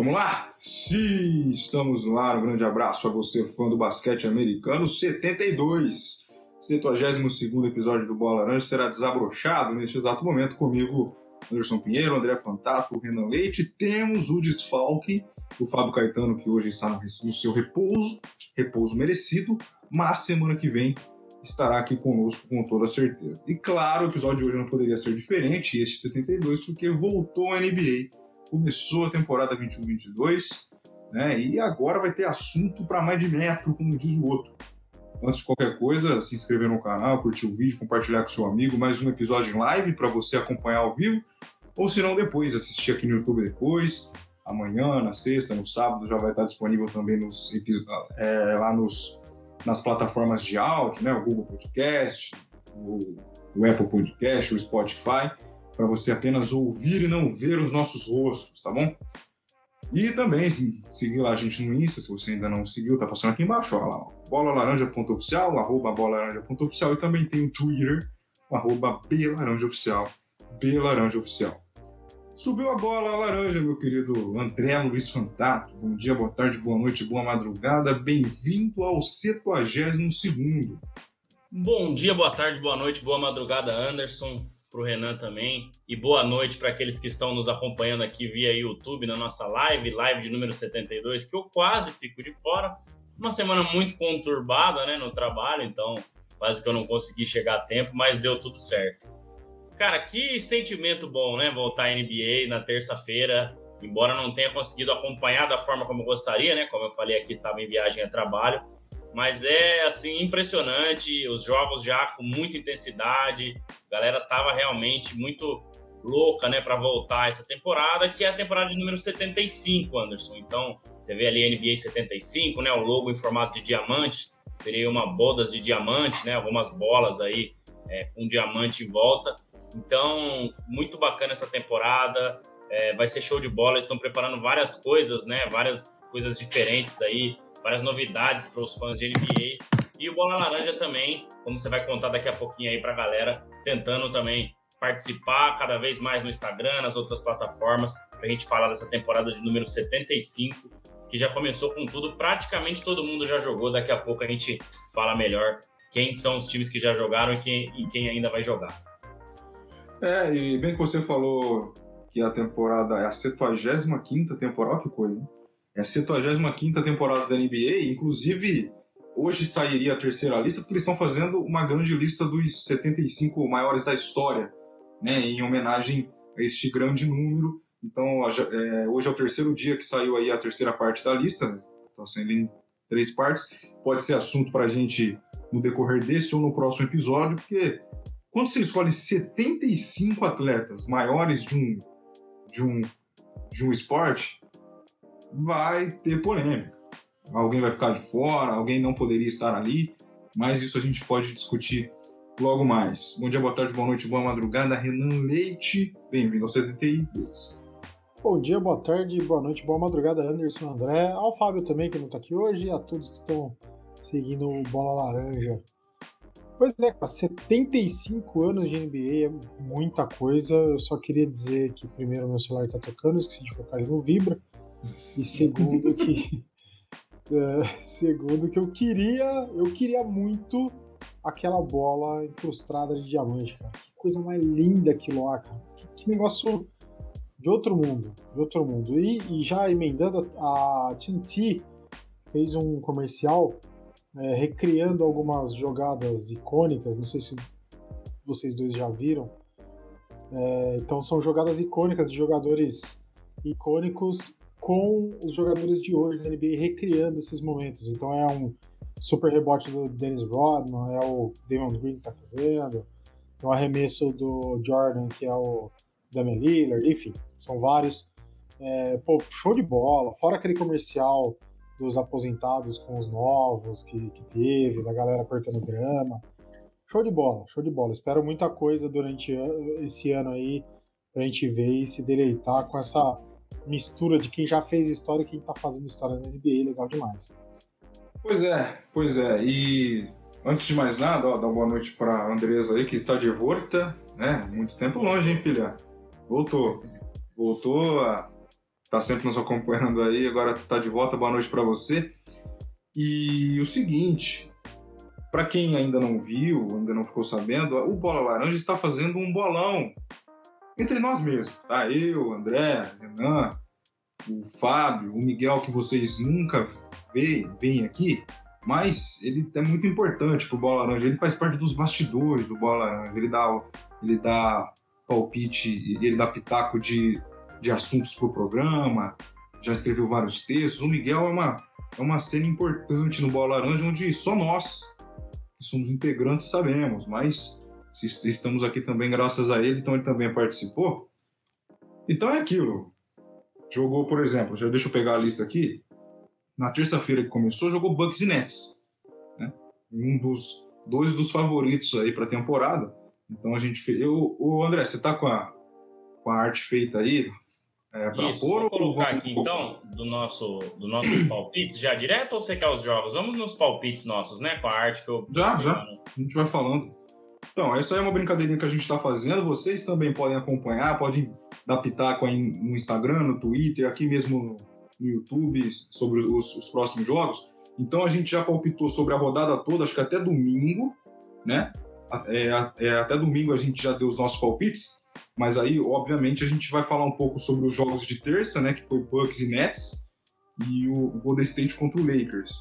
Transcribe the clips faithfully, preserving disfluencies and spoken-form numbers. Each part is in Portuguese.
Vamos lá? Sim, estamos no ar. Um grande abraço a você, fã do basquete americano. setenta e dois, setenta e segundo episódio do Bola Laranja será desabrochado neste exato momento comigo, Anderson Pinheiro, André Fantato, Renan Leite. Temos o desfalque do Fábio Caetano, que hoje está no seu repouso, repouso merecido, mas semana que vem estará aqui conosco com toda certeza. E claro, o episódio de hoje não poderia ser diferente, este setenta e dois, porque voltou a N B A. Começou a temporada vinte e um vinte e dois, né, e agora vai ter assunto para mais de metro, como diz o outro. Antes de qualquer coisa, se inscrever no canal, curtir o vídeo, compartilhar com seu amigo, mais um episódio em live para você acompanhar ao vivo, ou se não depois, assistir aqui no YouTube depois, amanhã, na sexta, no sábado, já vai estar disponível também nos, é, lá nos, nas plataformas de áudio, né, o Google Podcast, o, o Apple Podcast, o Spotify, para você apenas ouvir e não ver os nossos rostos, tá bom? E também seguir lá a gente no Insta, se você ainda não seguiu, tá passando aqui embaixo, ó, lá, bola laranja ponto oficial, arroba bola laranja ponto oficial, e também tem o Twitter, arroba belaranjaoficial, belaranjaoficial. Subiu a bola laranja, meu querido André Luiz Fantato. Bom dia, boa tarde, boa noite, boa madrugada, bem-vindo ao setenta segundo. Bom dia, boa tarde, boa noite, boa madrugada, Anderson. Para o Renan também, e boa noite para aqueles que estão nos acompanhando aqui via YouTube na nossa live, live de número setenta e dois, que eu quase fico de fora, uma semana muito conturbada, né, no trabalho, então quase que eu não consegui chegar a tempo, mas deu tudo certo. Cara, que sentimento bom, né, voltar à N B A na terça-feira, embora não tenha conseguido acompanhar da forma como eu gostaria, né, como eu falei aqui, estava em viagem a trabalho, mas é, assim, impressionante, os jogos já com muita intensidade, a galera tava realmente muito louca, né, para voltar essa temporada, que é a temporada de número setenta e cinco, Anderson. Então, você vê ali a N B A setenta e cinco, né, o logo em formato de diamante, seria uma bodas de diamante, né, algumas bolas aí é, com diamante em volta. Então, muito bacana essa temporada, é, vai ser show de bola, eles estão preparando várias coisas, né, várias coisas diferentes aí, várias novidades para os fãs de N B A. E o Bola Laranja também, como você vai contar daqui a pouquinho aí para a galera, tentando também participar cada vez mais no Instagram, nas outras plataformas, para a gente falar dessa temporada de número setenta e cinco, que já começou com tudo, praticamente todo mundo já jogou, daqui a pouco a gente fala melhor quem são os times que já jogaram e quem, e quem ainda vai jogar. É, e bem que você falou que a temporada é a setenta e quinta temporada, que coisa, hein? É a setenta e quinta temporada da N B A, inclusive hoje sairia a terceira lista, porque eles estão fazendo uma grande lista dos setenta e cinco maiores da história, né, em homenagem a este grande número. Então, é, hoje é o terceiro dia que saiu aí a terceira parte da lista, está sendo em três partes. Pode ser assunto para a gente no decorrer desse ou no próximo episódio, porque quando você escolhe setenta e cinco atletas maiores de um, de um, de um esporte, vai ter polêmica. Alguém vai ficar de fora, alguém não poderia estar ali, mas isso a gente pode discutir logo mais. Bom dia, boa tarde, boa noite, boa madrugada, Renan Leite, bem-vindo ao setenta e dois. Bom dia, boa tarde, boa noite, boa madrugada, Anderson, André, ao Fábio também, que não está aqui hoje, e a todos que estão seguindo o Bola Laranja. Pois é, cara, setenta e cinco anos de N B A é muita coisa. Eu só queria dizer que, primeiro, meu celular está tocando, esqueci de colocar ele no Vibra, e segundo que... É, segundo que eu queria, eu queria muito aquela bola incrustada de diamante, cara. Que coisa mais linda aquilo lá, cara. Que, que negócio de outro mundo, de outro mundo. E, e já emendando, a T N T fez um comercial é, recriando algumas jogadas icônicas, não sei se vocês dois já viram. É, então são jogadas icônicas de jogadores icônicos com os jogadores de hoje da N B A recriando esses momentos. Então é um super rebote do Dennis Rodman, é o Damon Green que tá fazendo, é um arremesso do Jordan, que é o Damian Lillard, enfim, são vários. É, pô, show de bola, fora aquele comercial dos aposentados com os novos que, que teve, da galera apertando grama. Show de bola, show de bola. Espero muita coisa durante esse ano aí pra gente ver e se deleitar com essa mistura de quem já fez história e quem tá fazendo história na N B A, legal demais. Pois é, pois é. E antes de mais nada, ó, dá uma boa noite pra Andresa aí, que está de volta, né? Muito tempo longe, hein, filha? Voltou. Voltou a tá sempre nos acompanhando aí, agora tu tá de volta, boa noite para você. E o seguinte, para quem ainda não viu, ainda não ficou sabendo, o Bola Laranja está fazendo um bolão entre nós mesmos, tá? Eu, André, Renan, o Fábio, o Miguel, que vocês nunca veem, veem aqui, mas ele é muito importante pro Bola Laranja, ele faz parte dos bastidores do Bola Laranja, ele dá, ele dá palpite, ele dá pitaco de, de assuntos pro programa, já escreveu vários textos. O Miguel é uma, é uma cena importante no Bola Laranja, onde só nós, que somos integrantes, sabemos, mas se estamos aqui também graças a ele, então ele também participou. Então é aquilo. Jogou, por exemplo, já deixa eu pegar a lista aqui. Na terça-feira que começou, jogou Bucks e Nets, né? Um dos dois dos favoritos aí para a temporada. Então a gente fez. Eu, o André, você tá com a, com a arte feita aí? É, pra Isso, pôr, vou colocar vamos... aqui então do nosso, do nossos palpites já direto, ou você quer os jogos? Vamos nos palpites nossos, né? Com a arte que eu. Já, já. A gente vai falando. Então, essa aí é uma brincadeirinha que a gente está fazendo. Vocês também podem acompanhar, podem dar pitaco aí no Instagram, no Twitter, aqui mesmo no YouTube, sobre os, os próximos jogos. Então, a gente já palpitou sobre a rodada toda, acho que até domingo, né? É, é, até domingo a gente já deu os nossos palpites, mas aí, obviamente, a gente vai falar um pouco sobre os jogos de terça, né? Que foi Bucks e Nets, e o Golden State contra o Lakers.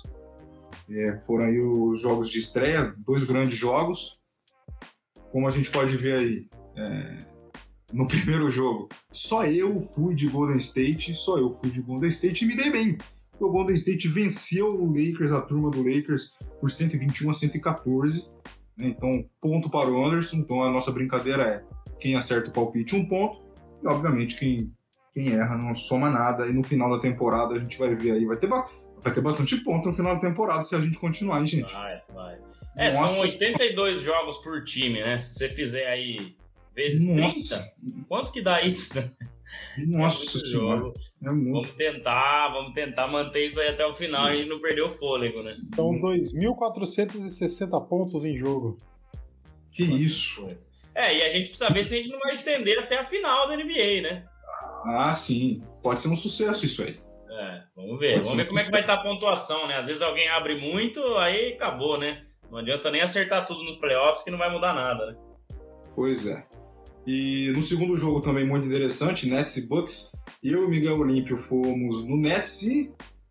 É, foram aí os jogos de estreia, dois grandes jogos. Como a gente pode ver aí, é, no primeiro jogo, só eu fui de Golden State, só eu fui de Golden State e me dei bem. O Golden State venceu o Lakers, a turma do Lakers, por cento e vinte e um a cento e quatorze. Né? Então, ponto para o Anderson. Então, a nossa brincadeira é quem acerta o palpite, um ponto. E, obviamente, quem, quem erra não soma nada. E no final da temporada, a gente vai ver aí, vai ter, vai ter bastante ponto no final da temporada se a gente continuar, hein, gente? Vai, vai. É, Nossa. São oitenta e dois jogos por time, né? Se você fizer aí vezes Nossa. trinta, quanto que dá isso? Nossa é senhora. É muito. Vamos tentar, vamos tentar manter isso aí até o final, a gente não perder o fôlego, né? São dois mil quatrocentos e sessenta pontos em jogo. Que isso? É, e a gente precisa ver se a gente não vai estender até a final da N B A, né? Ah, sim. Pode ser um sucesso isso aí. É, vamos ver. Vamos ver como é que vai estar a pontuação, né? Às vezes alguém abre muito, aí acabou, né? Não adianta nem acertar tudo nos playoffs que não vai mudar nada, né? Pois é. E no segundo jogo também muito interessante, Nets e Bucks. Eu e Miguel Olímpio fomos no Nets e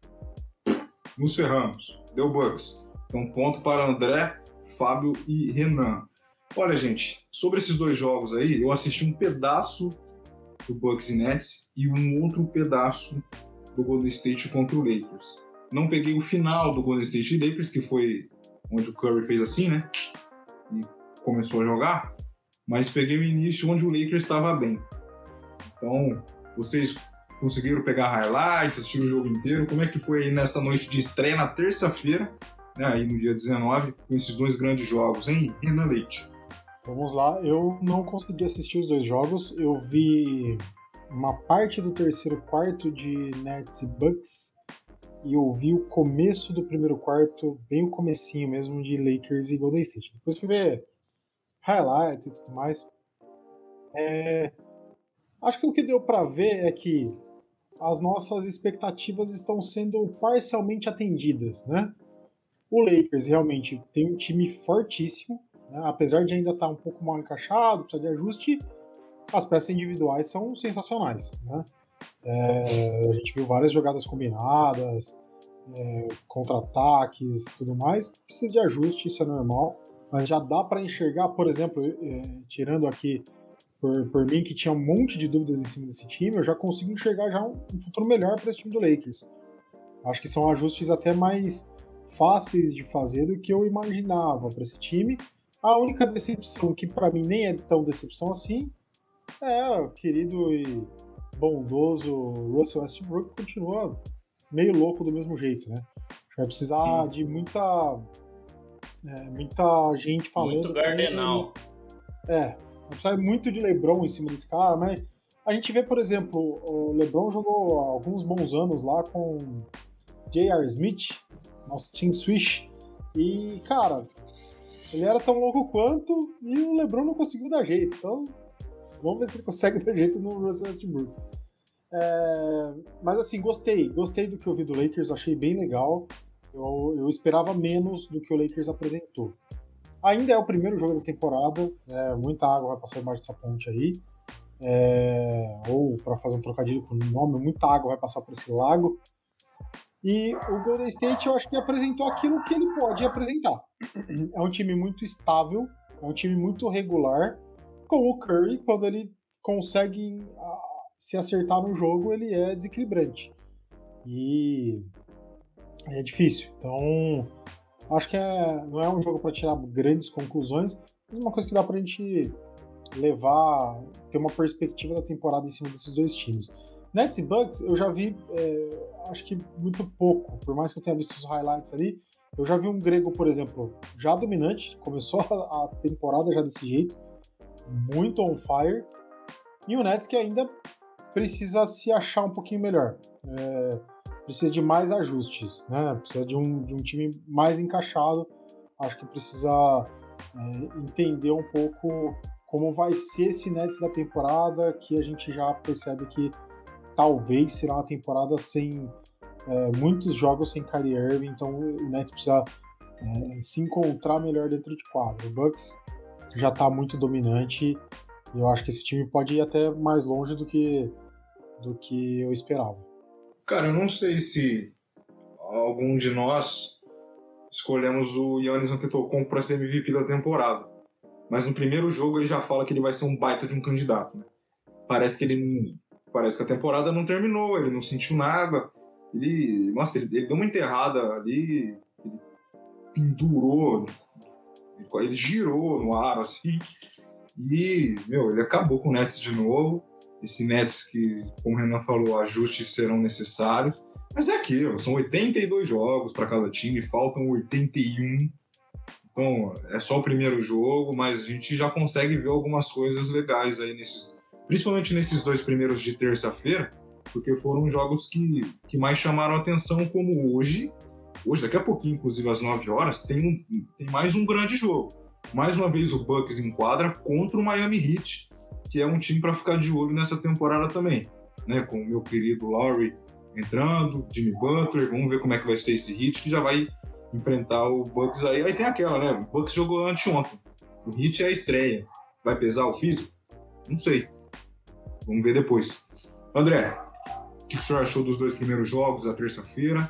nos ferramos. Deu Bucks. Então ponto para André, Fábio e Renan. Olha, gente, sobre esses dois jogos aí, eu assisti um pedaço do Bucks e Nets e um outro pedaço do Golden State contra o Lakers. Não peguei o final do Golden State e Lakers, que foi onde o Curry fez assim, né? E começou a jogar. Mas peguei o início onde o Lakers estava bem. Então, vocês conseguiram pegar highlights, assistir o jogo inteiro? Como é que foi aí nessa noite de estreia na terça-feira, né, aí no dia dezenove, com esses dois grandes jogos, hein, Renan Leite? Vamos lá, eu não consegui assistir os dois jogos, eu vi uma parte do terceiro quarto de Nets e Bucks e eu vi o começo do primeiro quarto, bem o comecinho mesmo, de Lakers e Golden State. Depois fui ver highlights e tudo mais. É... Acho que o que deu para ver é que as nossas expectativas estão sendo parcialmente atendidas, né? O Lakers realmente tem um time fortíssimo, né? Apesar de ainda estar um pouco mal encaixado, precisa de ajuste, as peças individuais são sensacionais, né? É... A gente viu várias jogadas combinadas, é... contra-ataques, tudo mais. Precisa de ajuste, isso é normal. Mas já dá para enxergar, por exemplo, é, tirando aqui por, por mim que tinha um monte de dúvidas em cima desse time, eu já consigo enxergar já um, um futuro melhor para esse time do Lakers. Acho que são ajustes até mais fáceis de fazer do que eu imaginava para esse time. A única decepção, que para mim nem é tão decepção assim, é o querido e bondoso Russell Westbrook, que continua meio louco do mesmo jeito, né? Vai precisar Sim. de muita... É, muita gente falando... Muito Gardenal. É, sai muito de LeBron em cima desse cara, mas a gente vê, por exemplo, o LeBron jogou alguns bons anos lá com J R. Smith, nosso Team Swish, e, cara, ele era tão louco quanto e o LeBron não conseguiu dar jeito, então vamos ver se ele consegue dar jeito no Russell Westbrook. É, mas assim, gostei. Gostei do que eu vi do Lakers, achei bem legal. Eu, eu esperava menos do que o Lakers apresentou. Ainda é o primeiro jogo da temporada, né, muita água vai passar embaixo dessa ponte aí. É, ou, para fazer um trocadilho com o nome, muita água vai passar por esse lago. E o Golden State, eu acho que apresentou aquilo que ele pode apresentar. É um time muito estável, é um time muito regular. Com o Curry, quando ele consegue a, se acertar no jogo, ele é desequilibrante. E é difícil. Então, acho que é, não é um jogo para tirar grandes conclusões, mas uma coisa que dá pra gente levar, ter uma perspectiva da temporada em cima desses dois times. Nets e Bucks, eu já vi, é, acho que muito pouco, por mais que eu tenha visto os highlights ali, eu já vi um grego, por exemplo, já dominante, começou a temporada já desse jeito, muito on fire, e o Nets que ainda precisa se achar um pouquinho melhor, é, precisa de mais ajustes, né? Precisa de um, de um time mais encaixado, acho que precisa é, entender um pouco como vai ser esse Nets da temporada, que a gente já percebe que talvez será uma temporada sem é, muitos jogos sem Kyrie Irving, então o Nets precisa é, se encontrar melhor dentro de quadro. O Bucks já está muito dominante e eu acho que esse time pode ir até mais longe do que, do que eu esperava. Cara, eu não sei se algum de nós escolhemos o Giannis Antetokounmpo para ser M V P da temporada, mas no primeiro jogo ele já fala que ele vai ser um baita de um candidato, né? Parece que ele parece que a temporada não terminou, ele não sentiu nada. Ele, nossa, ele, ele deu uma enterrada ali, ele pendurou, ele girou no ar, assim, e, meu, ele acabou com o Nets de novo. Esse Nets que, como o Renan falou, ajustes serão necessários. Mas é aquilo, são oitenta e dois jogos para cada time, faltam oitenta e um. Então, é só o primeiro jogo, mas a gente já consegue ver algumas coisas legais aí nesses... Principalmente nesses dois primeiros de terça-feira, porque foram jogos que, que mais chamaram a atenção, como hoje. Hoje, daqui a pouquinho, inclusive às nove horas, tem, um, tem mais um grande jogo. Mais uma vez o Bucks enquadra contra o Miami Heat, que é um time para ficar de olho nessa temporada também. Né? Com o meu querido Lowry entrando, Jimmy Butler, vamos ver como é que vai ser esse Heat, que já vai enfrentar o Bucks aí. Aí tem aquela, né? O Bucks jogou anteontem. O Heat é a estreia. Vai pesar o físico? Não sei. Vamos ver depois. André, o que o senhor achou dos dois primeiros jogos da terça-feira?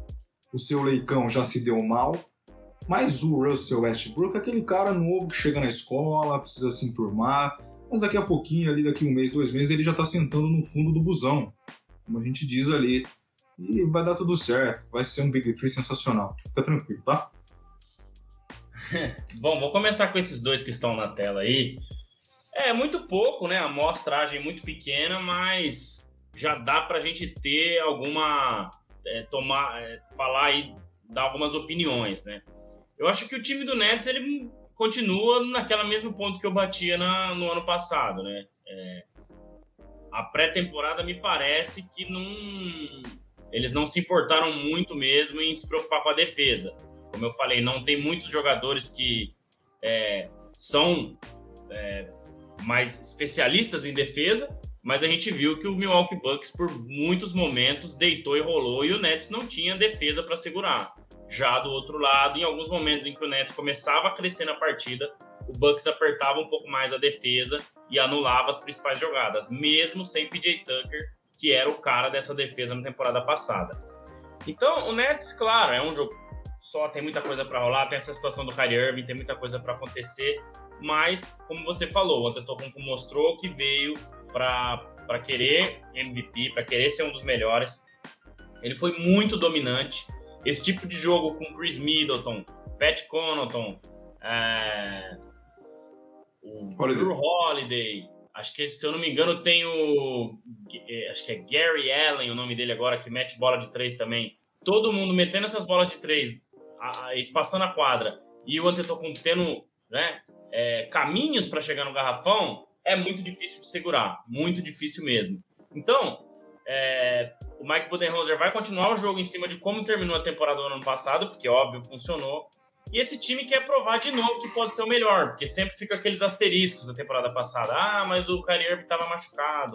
O seu Leicão já se deu mal, mas o Russell Westbrook é aquele cara novo que chega na escola, precisa se enturmar, mas daqui a pouquinho, ali daqui um mês, dois meses, ele já tá sentando no fundo do busão, como a gente diz ali, e vai dar tudo certo, vai ser um Big Three sensacional. Fica tranquilo, tá? Bom, vou começar com esses dois que estão na tela aí. É muito pouco, né? A amostragem muito pequena, mas já dá pra gente ter alguma... É, tomar, é, falar aí, dar algumas opiniões, né? Eu acho que o time do Nets, ele continua naquele mesmo ponto que eu batia na, no ano passado, né? É, a pré-temporada me parece que não, eles não se importaram muito mesmo em se preocupar com a defesa. Como eu falei, não tem muitos jogadores que é, são... É, mais especialistas em defesa, mas a gente viu que o Milwaukee Bucks por muitos momentos deitou e rolou e o Nets não tinha defesa para segurar. Já do outro lado, em alguns momentos em que o Nets começava a crescer na partida, o Bucks apertava um pouco mais a defesa e anulava as principais jogadas, mesmo sem P J Tucker, que era o cara dessa defesa na temporada passada. Então, o Nets, claro, é um jogo só, tem muita coisa para rolar, tem essa situação do Kyrie Irving, tem muita coisa para acontecer, mas, como você falou, o Antetokounmpo mostrou que veio para querer M V P, para querer ser um dos melhores. Ele foi muito dominante. Esse tipo de jogo com Chris Middleton, Pat Connaughton, é, o Holiday. Drew Holiday, acho que, se eu não me engano, tem o... Acho que é Gary Allen, o nome dele agora, que mete bola de três também. Todo mundo metendo essas bolas de três, espaçando a quadra, e o Antetokounmpo tendo... né, É, caminhos para chegar no garrafão, é muito difícil de segurar, muito difícil mesmo. Então, é, o Mike Budenholzer vai continuar o jogo em cima de como terminou a temporada do ano passado, porque, óbvio, funcionou. E esse time quer provar de novo que pode ser o melhor, porque sempre fica aqueles asteriscos da temporada passada. Ah, mas o Kyrie Irving estava machucado.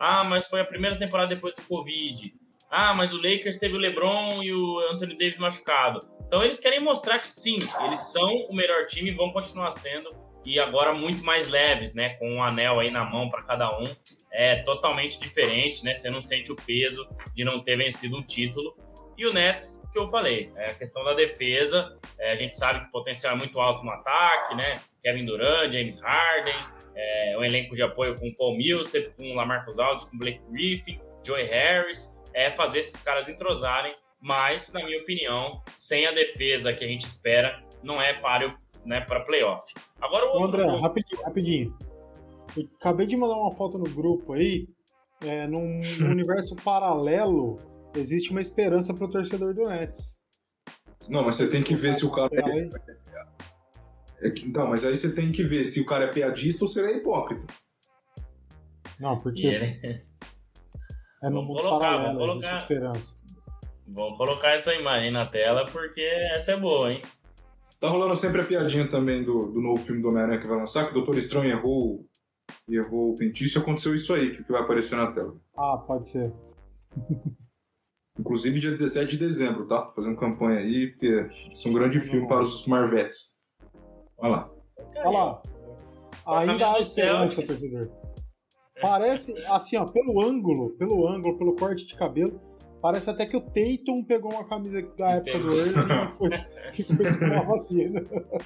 Ah, mas foi a primeira temporada depois do Covid. Ah, mas o Lakers teve o LeBron e o Anthony Davis machucado. Então eles querem mostrar que sim, eles são o melhor time e vão continuar sendo. E agora muito mais leves, né? Com um anel aí na mão para cada um. É totalmente diferente, né? Você não sente o peso de não ter vencido um título. E o Nets, que eu falei, é a questão da defesa. É, a gente sabe que o potencial é muito alto no ataque, né? Kevin Durant, James Harden, é, um elenco de apoio com o Paul Millsap, com o LaMarcus Aldridge, com o Blake Griffin, Joey Harris. É fazer esses caras entrosarem, mas, na minha opinião, sem a defesa que a gente espera, não é páreo, né, para playoff. Agora o outro André, jogo... rapidinho, rapidinho. Eu acabei de mandar uma foto no grupo aí. É, num, num universo paralelo, existe uma esperança para o torcedor do Nets. Não, mas você tem que ver se o cara é... é... Então, mas aí você tem que ver se o cara é piadista ou se ele é hipócrita. Não, porque... Yeah. É no vamos mundo colocar, paralelo, vamos colocar. esperança. Vamos colocar essa imagem na tela, porque essa é boa, hein? Tá rolando sempre a piadinha também do, do novo filme do Homem-Aranha que vai lançar, que o Doutor Estranho errou, errou o feitiço e aconteceu isso aí, que vai aparecer na tela. Ah, pode ser. Inclusive dia dezessete de dezembro, tá? Tô fazendo campanha aí, porque é um grande filme para os Marvetes. Olha lá. Olha lá. Ainda há esperança, torcedor. Parece, assim, ó, pelo ângulo, pelo ângulo, pelo corte de cabelo, parece até que o Tatum pegou uma camisa da época do Irving e foi, e foi tomar vacina.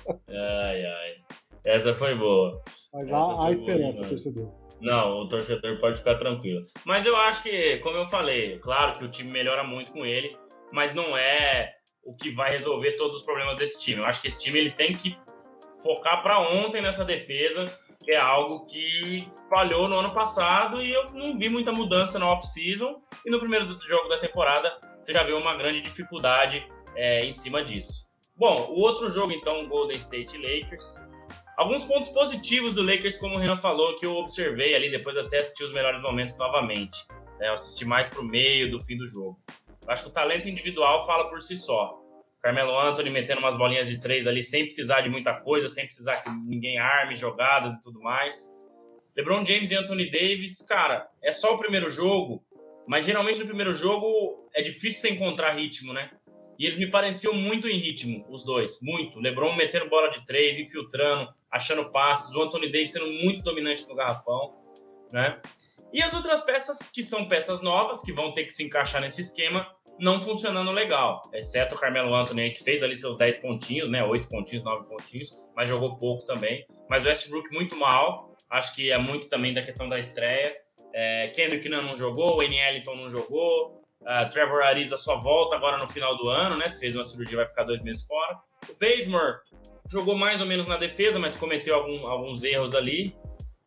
Ai, ai. Essa foi boa. Mas há, há esperança, boa, torcedor. Não, o torcedor pode ficar tranquilo. Mas eu acho que, como eu falei, claro que o time melhora muito com ele, mas não é o que vai resolver todos os problemas desse time. Eu acho que esse time ele tem que focar para ontem nessa defesa, que é algo que falhou no ano passado e eu não vi muita mudança na off-season. E no primeiro jogo da temporada, você já viu uma grande dificuldade é, em cima disso. Bom, o outro jogo, então, Golden State e Lakers. Alguns pontos positivos do Lakers, como o Renan falou, que eu observei ali, depois até assisti os melhores momentos novamente. É, eu assisti mais pro meio do fim do jogo. Eu acho que o talento individual fala por si só. Carmelo Anthony metendo umas bolinhas de três ali sem precisar de muita coisa, sem precisar que ninguém arme jogadas e tudo mais. LeBron James e Anthony Davis, cara, é só o primeiro jogo, mas geralmente no primeiro jogo é difícil você encontrar ritmo, né? E eles me pareciam muito em ritmo, os dois, muito. LeBron metendo bola de três, infiltrando, achando passes, o Anthony Davis sendo muito dominante no garrafão, né? E as outras peças, que são peças novas, que vão ter que se encaixar nesse esquema, não funcionando legal, exceto o Carmelo Anthony, que fez ali seus dez pontinhos, né, oito pontinhos, nove pontinhos, mas jogou pouco também. Mas o Westbrook muito mal, acho que é muito também da questão da estreia. É, Kendrick Nunn não jogou, Wayne Ellington não jogou, uh, Trevor Ariza só volta agora no final do ano, né, fez uma cirurgia, vai ficar dois meses fora. O Bazemore jogou mais ou menos na defesa, mas cometeu algum, alguns erros ali.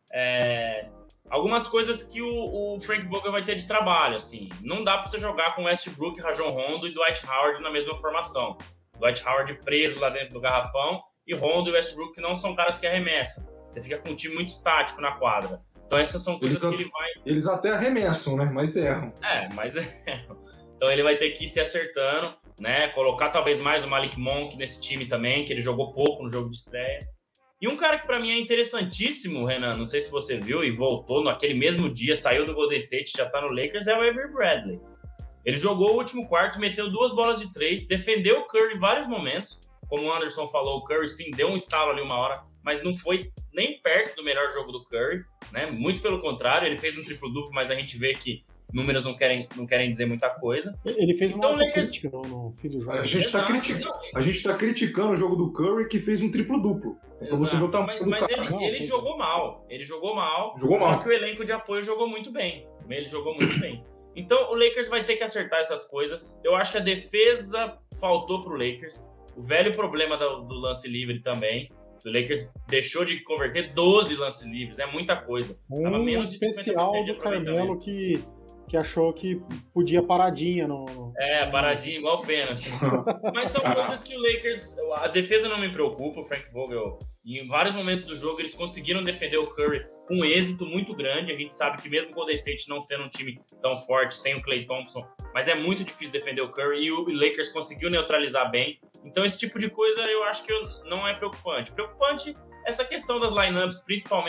É... Algumas coisas que o, o Frank Vogel vai ter de trabalho, assim. Não dá pra você jogar com Westbrook, Rajon Rondo e Dwight Howard na mesma formação. Dwight Howard preso lá dentro do garrafão e Rondo e Westbrook que não são caras que arremessam. Você fica com um time muito estático na quadra. Então essas são coisas eles, que ele vai... Eles até arremessam, né? Mas erram. É, mas erram. Então ele vai ter que ir se acertando, né? Colocar talvez mais o Malik Monk nesse time também, que ele jogou pouco no jogo de estreia. E um cara que pra mim é interessantíssimo, Renan, não sei se você viu, e voltou naquele mesmo dia, saiu do Golden State, já tá no Lakers, é o Avery Bradley. Ele jogou o último quarto, meteu duas bolas de três, defendeu o Curry em vários momentos. Como o Anderson falou, o Curry sim deu um estalo ali uma hora, mas não foi nem perto do melhor jogo do Curry, né? Muito pelo contrário, ele fez um triplo-duplo, mas a gente vê que números não querem, não querem dizer muita coisa. Ele fez uma então, Lakers... crítica no, no fim do jogo. A gente, tá critica... a gente tá criticando o jogo do Curry que fez um triplo-duplo. Pra você ver o tamanho mas mas do cara. ele, ele jogou mal. Ele jogou mal. Jogou mal. Só que o elenco de apoio jogou muito bem. Ele jogou muito bem. Então o Lakers vai ter que acertar essas coisas. Eu acho que a defesa faltou pro Lakers. O velho problema do, do lance livre também. O Lakers deixou de converter doze lances livres. É muita coisa. Um Tava menos especial de do Carmelo que... que achou que podia paradinha no... É, paradinha igual pênalti. Mas são coisas que o Lakers... A defesa não me preocupa, o Frank Vogel... Em vários momentos do jogo, eles conseguiram defender o Curry com um êxito muito grande. A gente sabe que mesmo o Golden State não sendo um time tão forte, sem o Klay Thompson, mas é muito difícil defender o Curry e o Lakers conseguiu neutralizar bem. Então esse tipo de coisa eu acho que não é preocupante. Preocupante essa questão das lineups, principalmente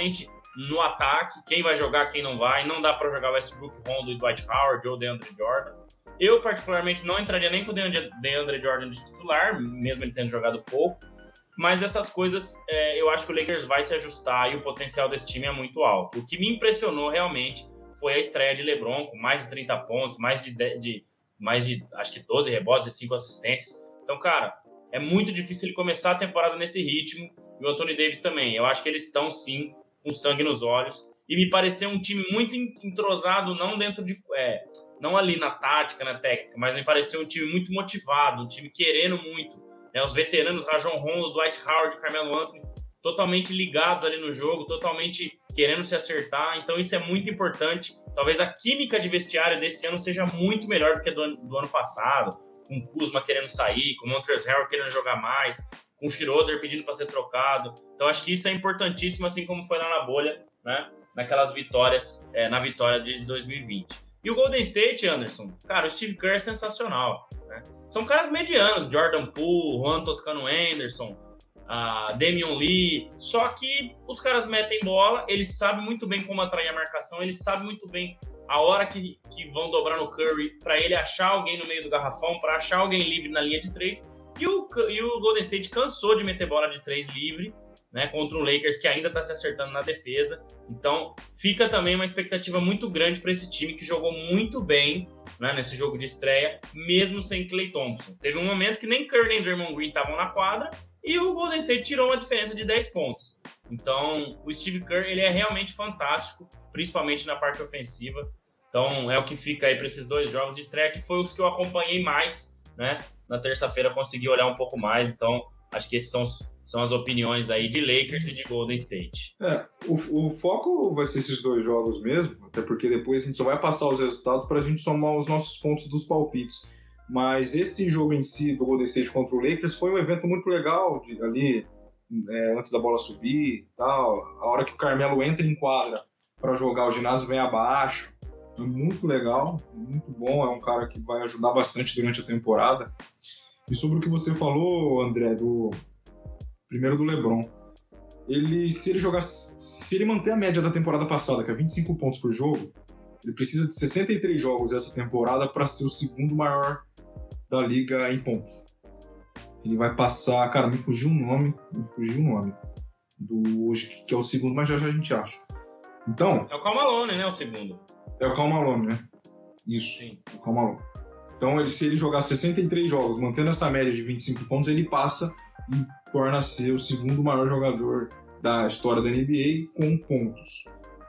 no ataque, quem vai jogar, quem não vai. Não dá para jogar Westbrook, Rondo e Dwight Howard ou DeAndre Jordan. Eu, particularmente, não entraria nem com o DeAndre Jordan de titular, mesmo ele tendo jogado pouco. Mas essas coisas, é, eu acho que o Lakers vai se ajustar e o potencial desse time é muito alto. O que me impressionou realmente foi a estreia de LeBron, com mais de trinta pontos, mais de, de, mais de acho que doze rebotes e cinco assistências. Então, cara, é muito difícil ele começar a temporada nesse ritmo. E o Anthony Davis também. Eu acho que eles estão, sim, com sangue nos olhos. E me pareceu um time muito entrosado, não dentro de... É, não ali na tática, na técnica, mas me pareceu um time muito motivado, um time querendo muito. Né? Os veteranos, Rajon Rondo, Dwight Howard, Carmelo Anthony, totalmente ligados ali no jogo, totalmente querendo se acertar. Então isso é muito importante. Talvez a química de vestiário desse ano seja muito melhor do que do ano, do ano passado, com o Kuzma querendo sair, com o Montrezl Harrell querendo jogar mais, com o Schroeder pedindo para ser trocado. Então acho que isso é importantíssimo, assim como foi lá na bolha, né? Naquelas vitórias, é, na vitória de dois mil e vinte. E o Golden State, Anderson, cara, o Steve Kerr é sensacional, né? São caras medianos, Jordan Poole, Juan Toscano Anderson, uh, Damian Lee, só que os caras metem bola, eles sabem muito bem como atrair a marcação, eles sabem muito bem a hora que, que vão dobrar no Curry para ele achar alguém no meio do garrafão, para achar alguém livre na linha de três, e o, e o Golden State cansou de meter bola de três livre, né, contra o Lakers, que ainda está se acertando na defesa. Então, fica também uma expectativa muito grande para esse time que jogou muito bem, né, nesse jogo de estreia, mesmo sem Klay Thompson. Teve um momento que nem Curry nem Draymond Green estavam na quadra e o Golden State tirou uma diferença de dez pontos. Então, o Steve Kerr, ele é realmente fantástico, principalmente na parte ofensiva. Então, é o que fica aí para esses dois jogos de estreia, que foi os que eu acompanhei mais, né? Na terça-feira consegui olhar um pouco mais, então acho que esses são os São as opiniões aí de Lakers e de Golden State. É, o, o foco vai ser esses dois jogos mesmo, até porque depois a gente só vai passar os resultados para a gente somar os nossos pontos dos palpites. Mas esse jogo em si do Golden State contra o Lakers foi um evento muito legal, de, ali é, antes da bola subir e tal. A hora que o Carmelo entra em quadra para jogar, o ginásio vem abaixo. É muito legal, muito bom. É um cara que vai ajudar bastante durante a temporada. E sobre o que você falou, André, do... Primeiro do LeBron. Ele, se ele jogar, se ele manter a média da temporada passada, que é vinte e cinco pontos por jogo, ele precisa de sessenta e três jogos essa temporada para ser o segundo maior da liga em pontos. Ele vai passar, cara, me fugiu o nome, me fugiu o nome do hoje, que é o segundo, mas já já a gente acha. Então, é o Karl Malone, né, o segundo. É o Karl Malone, né? Isso. Sim. O Karl Malone. Então, ele, se ele jogar sessenta e três jogos, mantendo essa média de vinte e cinco pontos, ele passa e torna-se o segundo maior jogador da história da N B A com pontos.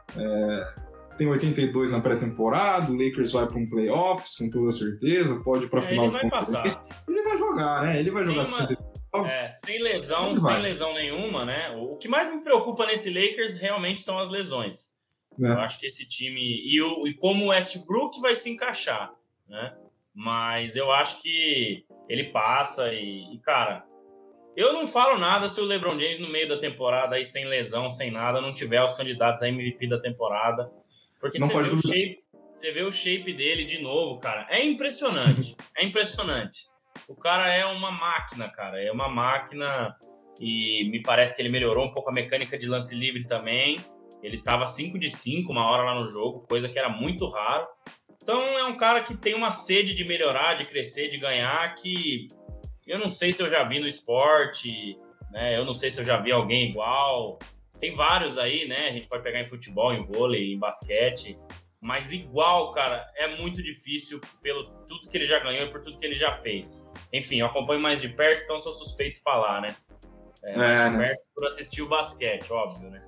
É, tem oitenta e dois na pré-temporada, o Lakers vai para um playoffs, com toda certeza, pode ir para a é, final de conferência. Ele vai jogar, né? Ele vai jogar sessenta e nove. É, sem lesão, sem lesão nenhuma, né? O que mais me preocupa nesse Lakers realmente são as lesões. É. Eu acho que esse time... E, o, e como o Westbrook vai se encaixar, né? Mas eu acho que ele passa e, e cara... Eu não falo nada se o LeBron James no meio da temporada, aí sem lesão, sem nada, não tiver os candidatos a M V P da temporada. Porque você vê, o shape, você vê o shape dele de novo, cara. É impressionante. É impressionante. O cara é uma máquina, cara. É uma máquina e me parece que ele melhorou um pouco a mecânica de lance livre também. Ele tava cinco de cinco uma hora lá no jogo, coisa que era muito raro. Então é um cara que tem uma sede de melhorar, de crescer, de ganhar, que... Eu não sei se eu já vi no esporte, né? Eu não sei se eu já vi alguém igual. Tem vários aí, né? A gente pode pegar em futebol, em vôlei, em basquete. Mas igual, cara, é muito difícil pelo tudo que ele já ganhou e por tudo que ele já fez. Enfim, eu acompanho mais de perto, então sou suspeito de falar, né? É, mais é, de perto né? Por assistir o basquete, óbvio, né?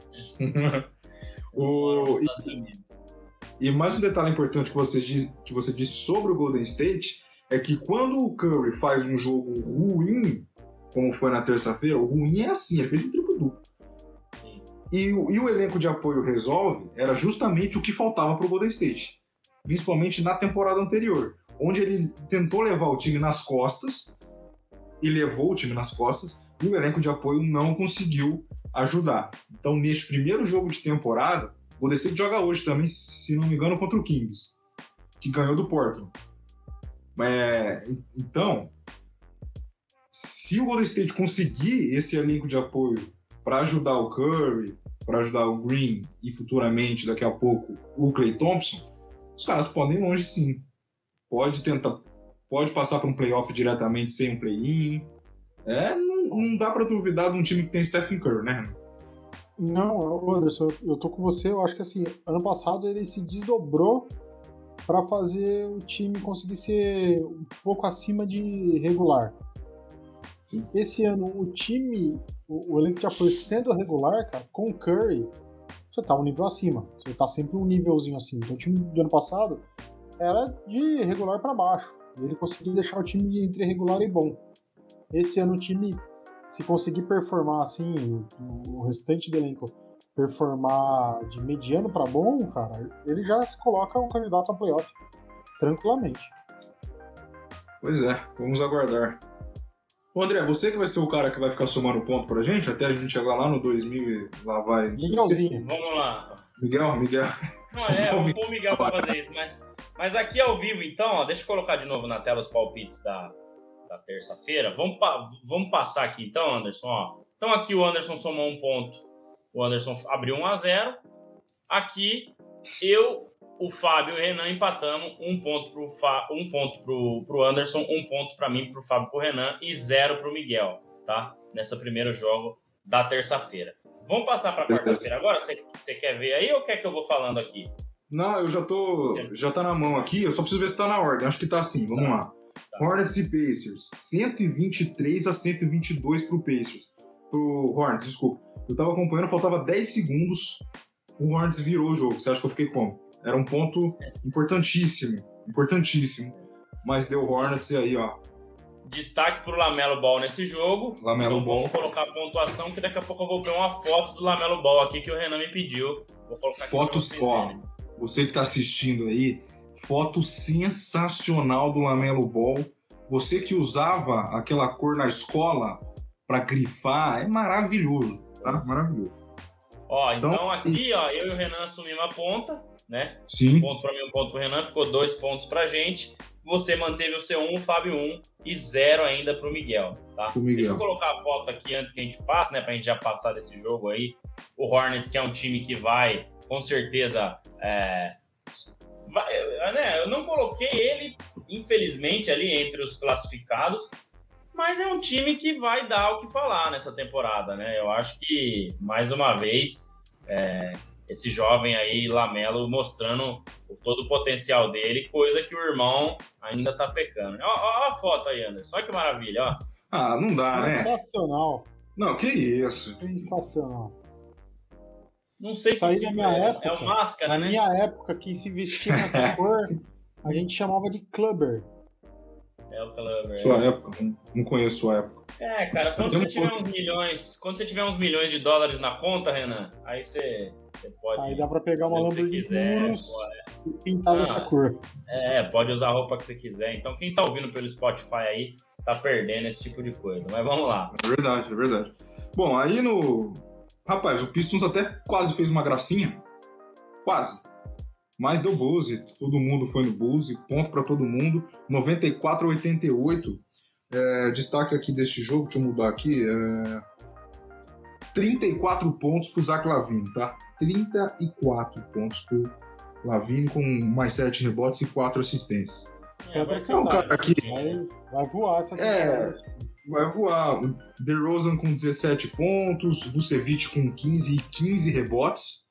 o... E mais um detalhe importante que você disse, que você disse sobre o Golden State... é que quando o Curry faz um jogo ruim, como foi na terça-feira, o ruim é assim, ele fez um triplo-duplo. E, e o elenco de apoio resolve era justamente o que faltava para o Golden State, principalmente na temporada anterior, onde ele tentou levar o time nas costas, e levou o time nas costas, e o elenco de apoio não conseguiu ajudar. Então, neste primeiro jogo de temporada, o Golden State joga hoje também, se não me engano, contra o Kings, que ganhou do Portland. É, então, se o Golden State conseguir esse elenco de apoio para ajudar o Curry, para ajudar o Green e futuramente, daqui a pouco, o Klay Thompson, os caras podem ir longe sim. Pode tentar, pode passar para um playoff diretamente sem um play-in. É, não, não dá para duvidar de um time que tem Stephen Curry, né? Não, Anderson, eu tô com você. Eu acho que assim, ano passado ele se desdobrou para fazer o time conseguir ser um pouco acima de regular. Sim. Esse ano, o time, o, o elenco já foi sendo regular, cara, com o Curry, você tá um nível acima. Você tá sempre um nívelzinho acima. Então, o time do ano passado era de regular para baixo. E ele conseguiu deixar o time entre regular e bom. Esse ano, o time, se conseguir performar assim, o, o restante do elenco performar de mediano para bom, cara, ele já se coloca um candidato a playoff tranquilamente. Pois é, vamos aguardar. Ô André, você que vai ser o cara que vai ficar somando ponto pra gente, até a gente chegar lá no dois mil e lá vai... Miguelzinho. Vamos lá. Miguel, Miguel. Não, é, eu vou pôr o Miguel pra fazer isso, mas, mas aqui ao vivo, então, ó, deixa eu colocar de novo na tela os palpites da, da terça-feira. Vamos, pa, vamos passar aqui então, Anderson, ó. Então aqui o Anderson somou um ponto, o Anderson abriu um a zero. Aqui, eu, o Fábio e o Renan empatamos, um ponto pro, Fa, um ponto pro, pro Anderson, um ponto pra mim, pro Fábio e pro Renan e zero pro Miguel, tá? Nesse primeiro jogo da terça-feira. Vamos passar pra quarta-feira agora? Você quer ver aí ou quer que eu vou falando aqui? Não, eu já tô... Já tá na mão aqui, eu só preciso ver se tá na ordem. Acho que tá assim, vamos tá. lá. Tá. Hornets e Pacers, cento e vinte e três a cento e vinte e dois pro Pacers. Pro Hornets, desculpa. Eu tava acompanhando, faltava dez segundos, o Hornets virou o jogo. Você acha que eu fiquei como? Era um ponto importantíssimo, importantíssimo. Mas deu Hornets e aí, ó. Destaque pro Lamelo Ball nesse jogo. Lamelo então, Ball. Vamos colocar a pontuação, que daqui a pouco eu vou ver uma foto do Lamelo Ball aqui que o Renan me pediu. Vou colocar foto só. Você que tá assistindo aí, foto sensacional do Lamelo Ball. Você que usava aquela cor na escola para grifar, é maravilhoso, tá? Maravilhoso. Ó, então, então aqui, ó, eu e o Renan assumimos a ponta, né? Sim. Um ponto para mim, um ponto pro Renan, ficou dois pontos pra gente. Você manteve o seu um, o Fábio um e zero ainda pro Miguel, tá? Miguel. Deixa eu colocar a foto aqui antes que a gente passe, né? Pra gente já passar desse jogo aí. O Hornets, que é um time que vai, com certeza, é... vai, né? Eu não coloquei ele, infelizmente, ali entre os classificados, mas é um time que vai dar o que falar nessa temporada, né? Eu acho que, mais uma vez, é... esse jovem aí, Lamelo, mostrando todo o potencial dele, coisa que o irmão ainda tá pecando. Ó, ó a foto aí, Anderson. Olha que maravilha, ó. Ah, não dá, né? Sensacional. Não, que isso. Sensacional. Não sei isso aí que na minha é, época, é o máscara, na né? Na minha época, que se vestia nessa cor, a gente chamava de clubber. É o clubber. Sua é. época, não conheço sua época. É, cara, quando você tiver uns milhões, quando você tiver uns milhões de dólares na conta, Renan, aí você, você pode. Aí dá pra pegar uma Lamborghini Urus e pintar dessa ah, cor. É, pode usar a roupa que você quiser. Então, quem tá ouvindo pelo Spotify aí, tá perdendo esse tipo de coisa. Mas vamos lá. É verdade, é verdade. Bom, aí no... Rapaz, o Pistons até quase fez uma gracinha. Quase. Mas deu Bulls, todo mundo foi no Bulls, ponto pra todo mundo. noventa e quatro a oitenta e oito. É, destaque aqui deste jogo, deixa eu mudar aqui, é... trinta e quatro pontos pro Zach LaVine, tá? trinta e quatro pontos pro LaVine, com mais sete rebotes e quatro assistências. É, vai ser um cara aqui. Vai, vai voar essa É, vai voar. O DeRozan com dezessete pontos, Vucevic com quinze e quinze rebotes.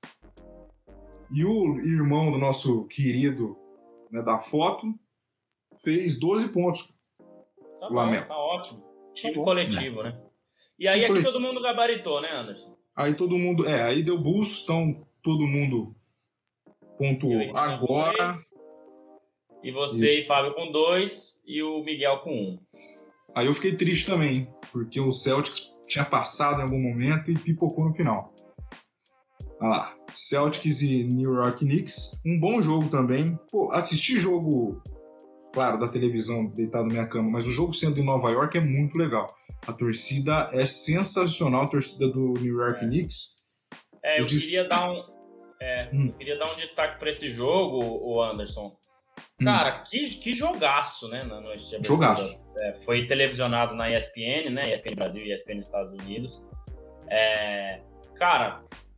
E o irmão do nosso querido, né, da foto fez doze pontos. Tá bom, tá ótimo. Time tá bom, coletivo, né? né? E aí aqui todo mundo gabaritou, né, Anderson? Aí todo mundo... É, aí deu Bulls, então todo mundo pontuou agora. Dois, e você Isso. e Fábio com dois e o Miguel com um. Aí eu fiquei triste também, porque o Celtics tinha passado em algum momento e pipocou no final. Ah lá, Celtics e New York Knicks. Um bom jogo também. Pô, assistir jogo... Claro, da televisão, deitado na minha cama, mas o jogo sendo em Nova York é muito legal. A torcida é sensacional, a torcida do New York é. Knicks. É, eu, eu queria dar um, é, hum. eu queria dar um destaque para esse jogo, o Anderson. Cara, hum. que, que jogaço, né, na noite de abertura. Jogaço. É, foi televisionado na E S P N, né, E S P N Brasil e E S P N Estados Unidos. É, cara,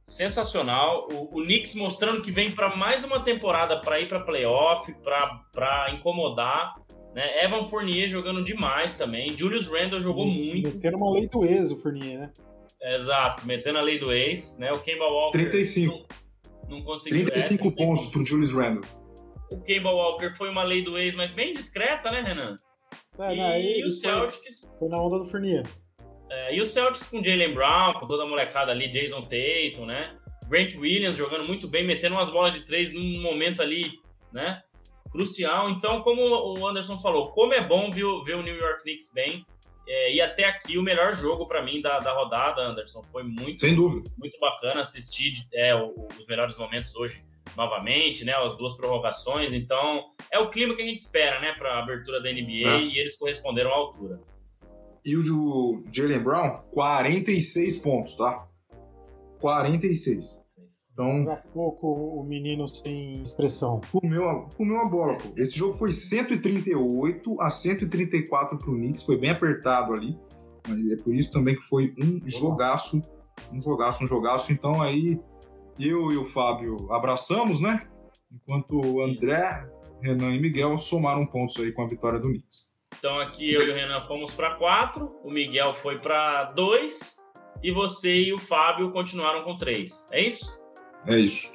sensacional. O, o Knicks mostrando que vem para mais uma temporada para ir para playoff, para incomodar. Né? Evan Fournier jogando demais também. Julius Randle jogou muito. Metendo uma lei do ex, o Fournier, né? Exato, metendo a lei do ex. Né? O Kemba Walker trinta e cinco. Não, não conseguiu. trinta e cinco é, pontos pro Julius Randle. O Kemba Walker foi uma lei do ex, mas bem discreta, né, Renan? É, e não, e o Celtics... Foi na onda do Fournier. É, e o Celtics com Jaylen Brown, com toda a molecada ali, Jason Tatum, né? Grant Williams jogando muito bem, metendo umas bolas de três num momento ali, né? Crucial. Então, como o Anderson falou, como é bom ver, ver o New York Knicks bem. É, e até aqui o melhor jogo para mim da, da rodada, Anderson. Foi muito, sem dúvida, muito bacana assistir é, os melhores momentos hoje novamente, né? As duas prorrogações. Então, é o clima que a gente espera, né? Para a abertura da N B A é. E eles corresponderam à altura. E o de Jaylen Brown, quarenta e seis pontos, tá? quarenta e seis. Então, daqui a pouco o menino sem expressão. Comeu a, comeu a bola, pô. Esse jogo foi cento e trinta e oito a cento e trinta e quatro pro Knicks, foi bem apertado ali. Mas é por isso também que foi um jogaço, um jogaço, um jogaço. Então aí, eu e o Fábio abraçamos, né? Enquanto o André, Renan e Miguel somaram pontos aí com a vitória do Knicks. Então aqui eu e o Renan fomos para quatro, o Miguel foi para dois e você e o Fábio continuaram com três. É isso? É isso.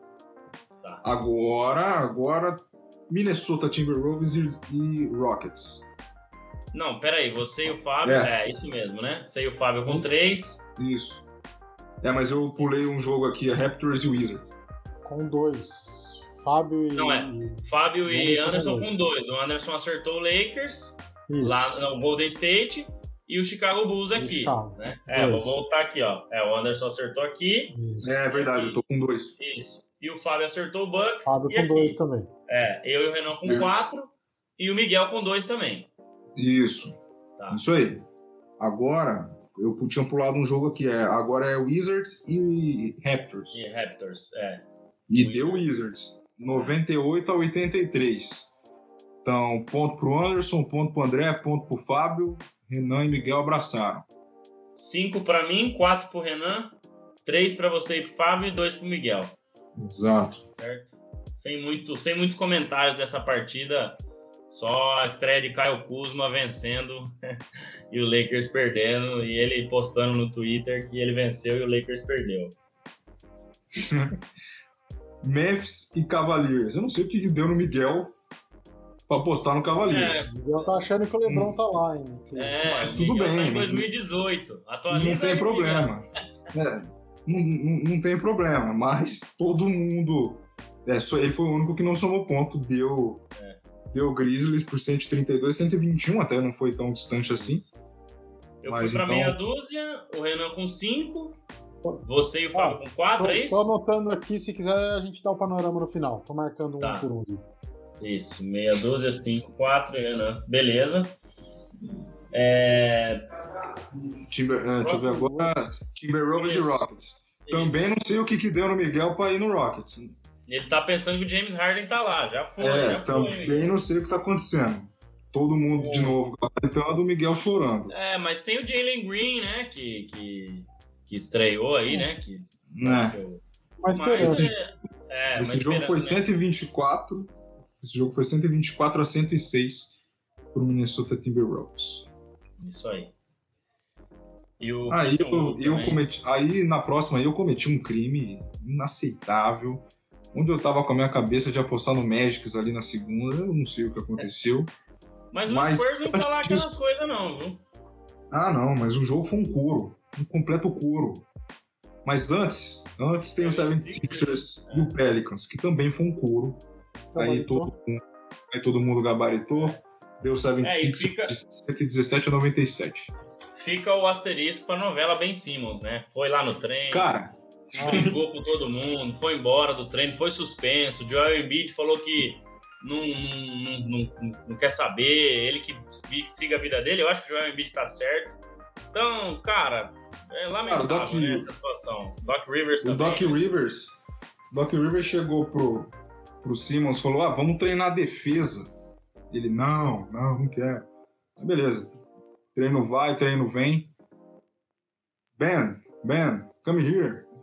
Tá. Agora, agora Minnesota Timberwolves e, e Rockets. Não, peraí, você e o Fábio... É, é isso mesmo, né? Você e o Fábio com três. Isso. É, mas eu pulei um jogo aqui, a Raptors e Wizards. Com dois. Fábio e... Não, é. Fábio e Anderson com dois. O Anderson acertou o Lakers, isso. Lá no Golden State, e o Chicago Bulls aqui. Chicago. Né? É, dois. Vou voltar aqui, ó. É, o Anderson acertou aqui. Isso. É verdade, eu tô com dois. Isso. E o Fábio acertou o Bucks. Fábio e com aqui. dois também. É, eu e o Renan com quatro, e o Miguel com dois também. Isso. Tá. Isso aí. Agora, eu tinha pulado um jogo aqui. É, agora é Wizards e Raptors. E Raptors, é. E Wizards. Deu Wizards. noventa e oito a oitenta e três. Então, ponto pro Anderson, ponto pro André, ponto pro Fábio. Renan e Miguel abraçaram. cinco para mim, quatro pro Renan, três para você e pro Fábio e dois pro Miguel. Exato. Certo? Sem, muito, sem muitos comentários dessa partida, só a estreia de Kyle Kuzma vencendo e o Lakers perdendo, e ele postando no Twitter que ele venceu e o Lakers perdeu. Memphis e Cavaliers. Eu não sei o que deu no Miguel pra postar no Cavaliers. É. O Miguel tá achando que o LeBron hum. tá lá ainda. É, mas tudo bem. Tá em dois mil e dezoito. Atualiza não tem aí, problema. É, não, não, não tem problema, mas todo mundo... É, só, ele foi o único que não somou ponto. Deu, é. deu Grizzlies por cento e trinta e dois, cento e vinte e um, até não foi tão distante assim. Eu mas fui pra então... meia dúzia, o Renan com cinco, você e o Fábio ah, com quatro, tô, é isso? Tô anotando aqui, se quiser a gente dá o panorama no final. Tô marcando um tá. por um. Isso, meia dúzia, cinco, quatro, Renan. Beleza. É... Timber, uh, deixa eu ver agora. Timberwolves e Rockets. Também não sei o que, que deu no Miguel pra ir no Rockets. Ele tá pensando que o James Harden tá lá, já foi. É, já também foi, não sei o que tá acontecendo. Todo mundo de novo cantando, o Miguel chorando. É, mas tem o Jalen Green, né, que, que, que estreou aí, né, que nasceu. Mas, mas é, é, esse jogo foi cento e vinte e quatro, né? Esse jogo foi cento e vinte e quatro a cento e seis pro Minnesota Timberwolves. Isso aí. E o aí, eu, eu cometi, aí na próxima eu cometi um crime inaceitável, onde eu tava com a minha cabeça de apostar no Magic ali na segunda, eu não sei o que aconteceu. Mas o mas, Spurs não falar aquelas disso... coisas não, viu? Ah, não, mas o jogo foi um couro, um completo couro. Mas antes, antes tem o setenta e seis ers é. e o Pelicans, que também foi um couro. Aí todo, mundo, aí todo mundo gabaritou, deu setenta e seis é, fica... de cento e dezessete a noventa e sete. Fica o asterisco pra novela Ben Simmons, né? Foi lá no treino, cara, brigou com todo mundo, foi embora do treino, foi suspenso. O Joel Embiid falou que não, não, não, não, não quer saber, ele que, que siga a vida dele. Eu acho que o Joel Embiid tá certo. Então, cara, é lamentável, cara, Doc, né, essa situação. Doc Rivers também. O Doc né? Rivers, Doc Rivers chegou pro, pro Simmons e falou, ah, vamos treinar a defesa. Ele, não, não, não quero. Beleza. Treino vai, treino vem. Ben, Ben, come here.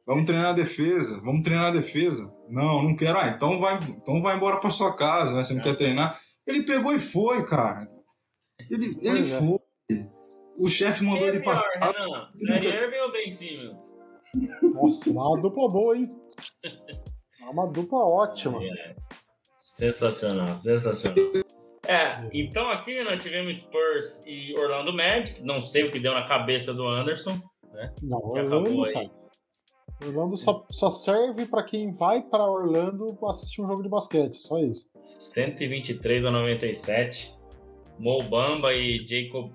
Vamos treinar a defesa, vamos treinar a defesa. Não, não quero. Ah, então vai, então vai embora pra sua casa, né? Você não Nossa. quer treinar. Ele pegou e foi, cara. Ele, ele é. foi. O chefe mandou Quem ele é pior, pra casa. Renan? Kyrie Irving ou Ben Simmons? Nossa, dá uma dupla boa, hein? Dá uma dupla ótima. É. Sensacional, sensacional. É, então aqui nós tivemos Spurs e Orlando Magic. Não sei o que deu na cabeça do Anderson, né? Não, que Orlando, acabou aí. Cara. Orlando só, só serve pra quem vai para Orlando assistir um jogo de basquete, só isso. cento e vinte e três a noventa e sete. Mo Bamba e Jacob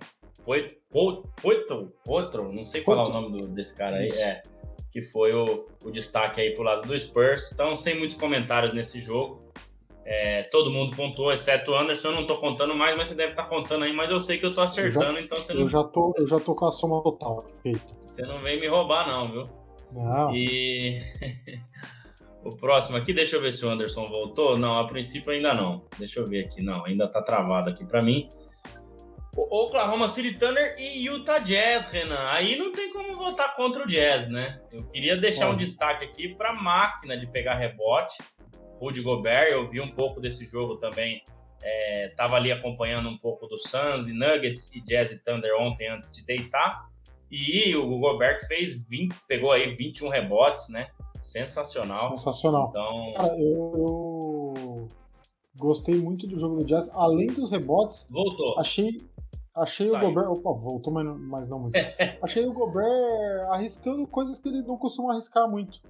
Poitro, Poitro, não sei falar Poitro. o nome do, desse cara aí, é, que foi o, o destaque aí pro lado do Spurs. Então, sem muitos comentários nesse jogo. É, todo mundo pontuou, exceto o Anderson. Eu não tô contando mais, mas você deve estar tá contando aí, mas eu sei que eu tô acertando, eu já, então você eu não... Já tô, eu já tô com a soma total feita. Você não vem me roubar não, viu? Não. E... o próximo aqui, deixa eu ver se o Anderson voltou. Não, a princípio ainda não. Deixa eu ver aqui, não, ainda tá travado aqui pra mim. O Oklahoma City Thunder e Utah Jazz, Renan. Aí não tem como votar contra o Jazz, né? Eu queria deixar é. um destaque aqui pra máquina de pegar rebote. Rudy Gobert, eu vi um pouco desse jogo também, é, tava ali acompanhando um pouco do Suns e Nuggets e Jazz e Thunder ontem antes de deitar, e o Gobert fez vinte, pegou aí vinte e um rebotes, né? Sensacional. Sensacional. Então... Cara, eu, eu gostei muito do jogo do Jazz, além dos rebotes. Voltou. Achei, achei o Gobert... Opa, voltou, mas não, mas não muito. Achei o Gobert arriscando coisas que ele não costuma arriscar muito.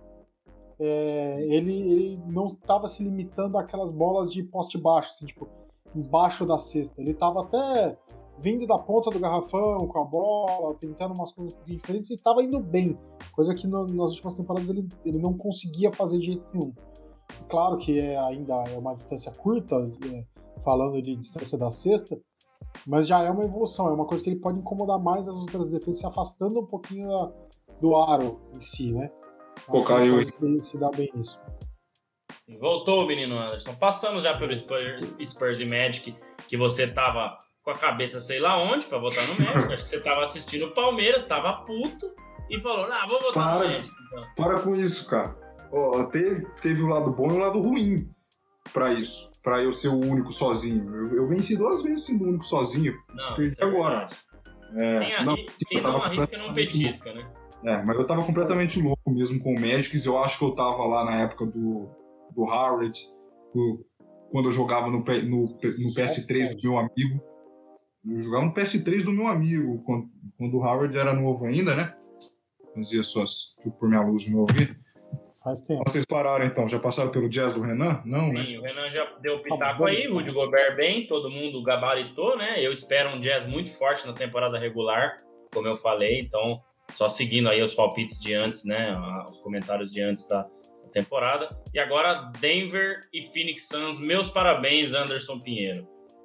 É, ele, ele não estava se limitando àquelas bolas de poste baixo, assim, tipo, embaixo da cesta. Ele estava até vindo da ponta do garrafão com a bola, tentando umas coisas diferentes e estava indo bem, coisa que no, nas últimas temporadas ele, ele não conseguia fazer de jeito nenhum. Claro que é, ainda é uma distância curta, é, falando de distância da cesta, mas já é uma evolução, é uma coisa que ele pode incomodar mais as outras defesas, se afastando um pouquinho da, do aro em si, né? Pô, caiu. Se, se dá bem isso. Voltou, menino Anderson. Passamos já pelo Spurs, Spurs e Magic, que você tava com a cabeça sei lá onde pra votar no Magic. Acho que você tava assistindo o Palmeiras, tava puto e falou, ah, vou votar para, no Magic. Então. Para com isso, cara. Oh, teve, teve o lado bom e o lado ruim pra isso. Pra eu ser o único sozinho. Eu, eu venci duas vezes sendo o único sozinho. Não, perdi é agora. É, quem arri... não, quem não arrisca não petisca, né? É, mas eu tava completamente louco mesmo com o Magic. Eu acho que eu tava lá na época do, do Howard, do, quando eu jogava no, no, no P S três do meu amigo. Eu jogava no P S três do meu amigo, quando, quando o Howard era novo ainda, né? Fazia suas... Deixa eu pôr minha luz de novo aqui. Faz tempo. Vocês pararam então? Já passaram pelo Jazz do Renan? Não, né? Sim, o Renan já deu pitaco ah, aí, o Rudy Gobert bem, todo mundo gabaritou, né? Eu espero um Jazz muito forte na temporada regular, como eu falei, então... Só seguindo aí os palpites de antes, né? Os comentários de antes da temporada. E agora, Denver e Phoenix Suns. Meus parabéns, Anderson Pinheiro.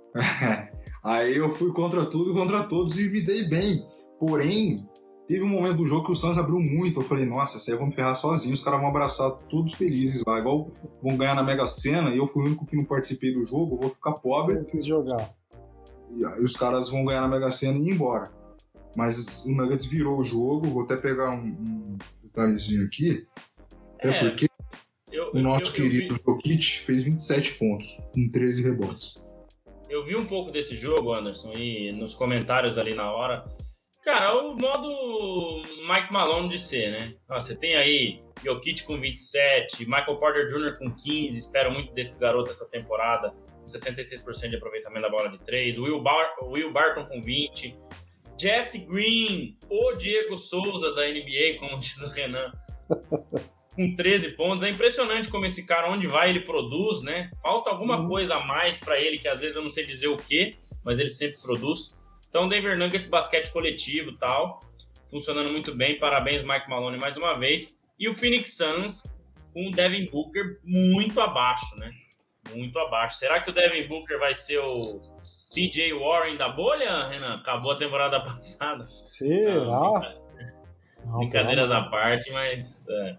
Aí eu fui contra tudo e contra todos e me dei bem. Porém, teve um momento do jogo que o Suns abriu muito. Eu falei, nossa, essa aí eu vou me ferrar sozinho. Os caras vão abraçar todos felizes lá. Igual vão ganhar na Mega Sena. E eu fui o único que não participei do jogo. Eu vou ficar pobre. Eu quis jogar. E aí os caras vão ganhar na Mega Sena e ir embora. Mas o Nuggets virou o jogo. Vou até pegar um, um detalhezinho aqui. Até é, porque eu, o nosso eu, eu, querido Jokic fez vinte e sete pontos com treze rebotes. Eu vi um pouco desse jogo, Anderson, e nos comentários ali na hora. Cara, o modo Mike Malone de ser, né? Você tem aí Jokic com vinte e sete, Michael Porter Júnior com quinze. Espero muito desse garoto essa temporada. Com sessenta e seis por cento de aproveitamento da bola de três. Will, Bar- Will Barton com vinte. Jeff Green, o Diego Souza da N B A, como diz o Renan, com treze pontos. É impressionante como esse cara, onde vai, ele produz, né? Falta alguma uhum. coisa a mais para ele, que às vezes eu não sei dizer o quê, mas ele sempre produz. Então, Denver Nuggets, basquete coletivo e tal, funcionando muito bem. Parabéns, Mike Malone, mais uma vez. E o Phoenix Suns com o Devin Booker muito abaixo, né? Muito abaixo. Será que o Devin Booker vai ser o T J Warren da bolha, Renan? Acabou a temporada passada. Será? Não, brinca... não, Brincadeiras não. à parte, mas... É.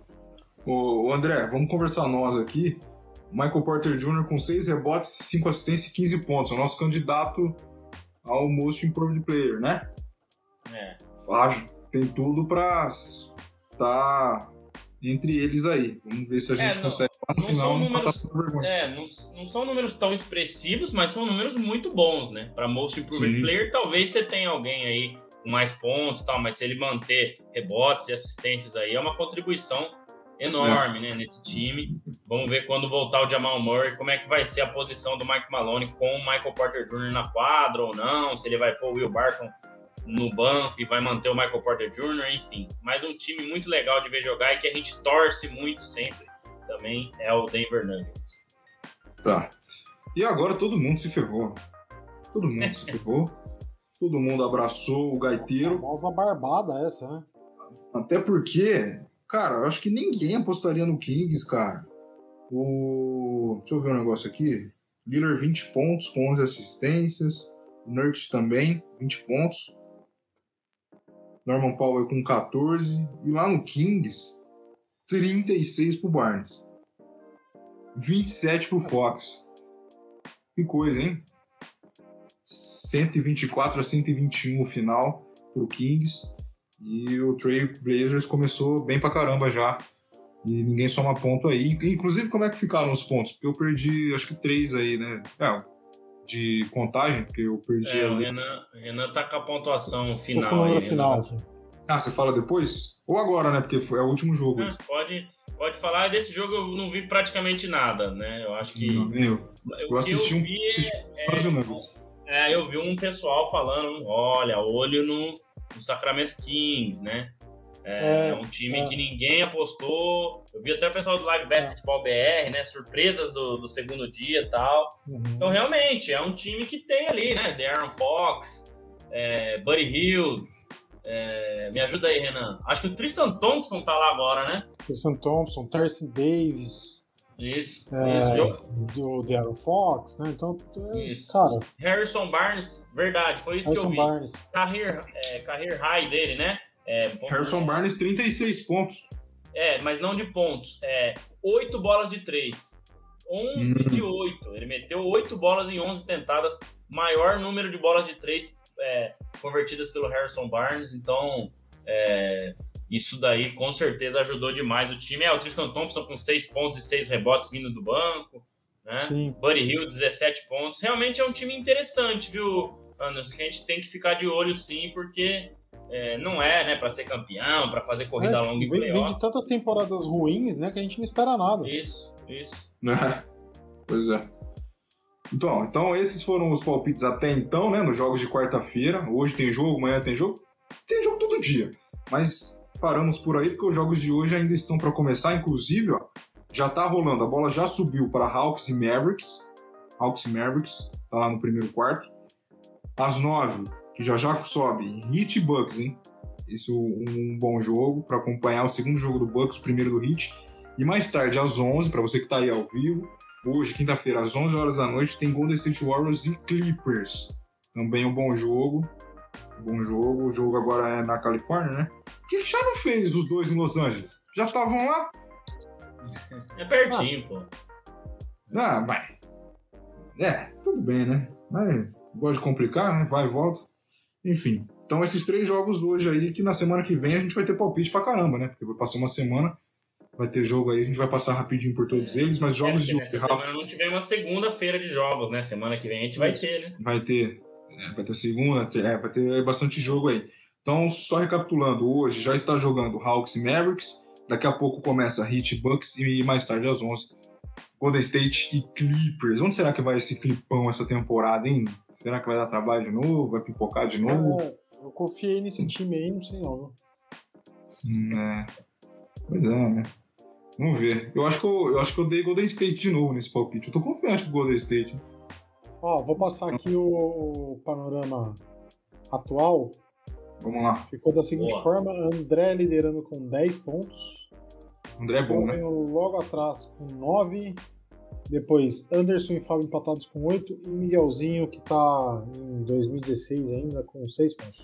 Ô, André, vamos conversar nós aqui. Michael Porter Júnior com seis rebotes, cinco assistências e quinze pontos. É o nosso candidato ao Most Improved Player, né? É. Tem tudo pra estar entre eles aí. Vamos ver se a gente é, não, consegue lá no final não números, passar por vergonha. É, não, não são números tão expressivos, mas são números muito bons, né? Para Most Improved Player, talvez você tenha alguém aí com mais pontos e tal, mas se ele manter rebotes e assistências aí, é uma contribuição enorme, é. né, nesse time. Vamos ver quando voltar o Jamal Murray, como é que vai ser a posição do Mike Maloney com o Michael Porter Júnior na quadra ou não, se ele vai pôr o Will Barton no banco e vai manter o Michael Porter Júnior, enfim. Mas um time muito legal de ver jogar e que a gente torce muito sempre também é o Denver Nuggets. Tá. E agora todo mundo se ferrou. Todo mundo se ferrou. Todo mundo abraçou o gaiteiro. Famosa barbada essa, né? Até porque, cara, eu acho que ninguém apostaria no Kings, cara. O... Deixa eu ver um negócio aqui. Lillard vinte pontos com onze assistências. Nurkic também, vinte pontos. Norman Powell com catorze. E lá no Kings, trinta e seis pro Barnes. vinte e sete pro Fox. Que coisa, hein? cento e vinte e quatro a cento e vinte e um o final pro Kings. E o Trail Blazers começou bem pra caramba já. E ninguém soma ponto aí. Inclusive, como é que ficaram os pontos? Porque eu perdi, acho que três aí, né? É, de contagem, porque eu perdi... É, ali. o Renan, Renan tá com a pontuação final aí. Final. Ah, você fala depois? Ou agora, né? Porque foi, é o último jogo. É, pode, pode falar. Desse jogo eu não vi praticamente nada, né? Eu acho que... Não, eu. Eu assisti eu um... vi, é, é, eu vi um pessoal falando, olha, olho no, no Sacramento Kings, né? É, é um time é. que ninguém apostou. Eu vi até o pessoal do Live Basketball B R, né? Surpresas do, do segundo dia e tal. Uhum. Então, realmente, é um time que tem ali, né? De'Aaron Fox, é, Buddy Hield. É, me ajuda aí, Renan. Acho que o Tristan Thompson tá lá agora, né? Tristan Thompson, Terce Davis. Isso, é, isso. Jogo. Do De'Aaron Fox, né? Então, é, isso. cara... Harrison Barnes, verdade, foi isso Harrison que eu vi. Barnes. Career, é, career high dele, né? É, Harrison é, Barnes, trinta e seis pontos. É, mas não de pontos. É, oito bolas de três. onze Hum. de oito. Ele meteu oito bolas em onze tentadas. Maior número de bolas de três é, convertidas pelo Harrison Barnes. Então, é, isso daí com certeza ajudou demais o time. É, o Tristan Thompson com seis pontos e seis rebotes vindo do banco. Né? Buddy Hield, dezessete pontos. Realmente é um time interessante, viu, Anderson? Que a gente tem que ficar de olho sim, porque... É, não é, né, para ser campeão, para fazer corrida é, longa em vem, playoff. Vem de tantas temporadas ruins, né, que a gente não espera nada. Isso, isso. É, pois é. Então, então, esses foram os palpites até então, né, nos jogos de quarta-feira. Hoje tem jogo, amanhã tem jogo. Tem jogo todo dia. Mas paramos por aí, porque os jogos de hoje ainda estão para começar. Inclusive, ó, já tá rolando. A bola já subiu para Hawks e Mavericks. Hawks e Mavericks, tá lá no primeiro quarto. Às nove... que já já sobe, Heat e Bucks, hein? Esse é um bom jogo para acompanhar o segundo jogo do Bucks, o primeiro do Heat. E mais tarde, às onze, para você que tá aí ao vivo, hoje, quinta-feira, às onze horas da noite, tem Golden State Warriors e Clippers. Também um bom jogo. Bom jogo. O jogo agora é na Califórnia, né? Por que já não fez os dois em Los Angeles? Já estavam lá? É pertinho, ah. pô. Ah, mas... É, tudo bem, né? Mas gosta de complicar, né? Vai e volta. Enfim, então esses três jogos hoje aí, que na semana que vem a gente vai ter palpite pra caramba, né? Porque vai passar uma semana, vai ter jogo aí, a gente vai passar rapidinho por todos é, eles, mas jogos é, de... Nessa semana não tivemos uma segunda-feira de jogos, né? Semana que vem a gente vai ter, né? Vai ter, é, vai ter segunda, é, vai ter bastante jogo aí. Então, só recapitulando, hoje já está jogando Hawks e Mavericks, daqui a pouco começa Heat, Bucks e mais tarde às onze, Golden State e Clippers. Onde será que vai esse clipão essa temporada, hein? Será que vai dar trabalho de novo? Vai pipocar de novo? É, eu confiei nesse time aí, não sei não. Hum, é. Pois é, né? Vamos ver. Eu acho, que eu, eu acho que eu dei Golden State de novo nesse palpite. Eu tô confiante com o Golden State. Ó, vou passar aqui o, o panorama atual. Vamos lá. Ficou da seguinte Boa. forma: André liderando com dez pontos. André é bom, né? Logo atrás com nove. Depois Anderson e Fábio empatados com oito. E Miguelzinho, que tá em dois mil e dezesseis ainda, com seis pontos.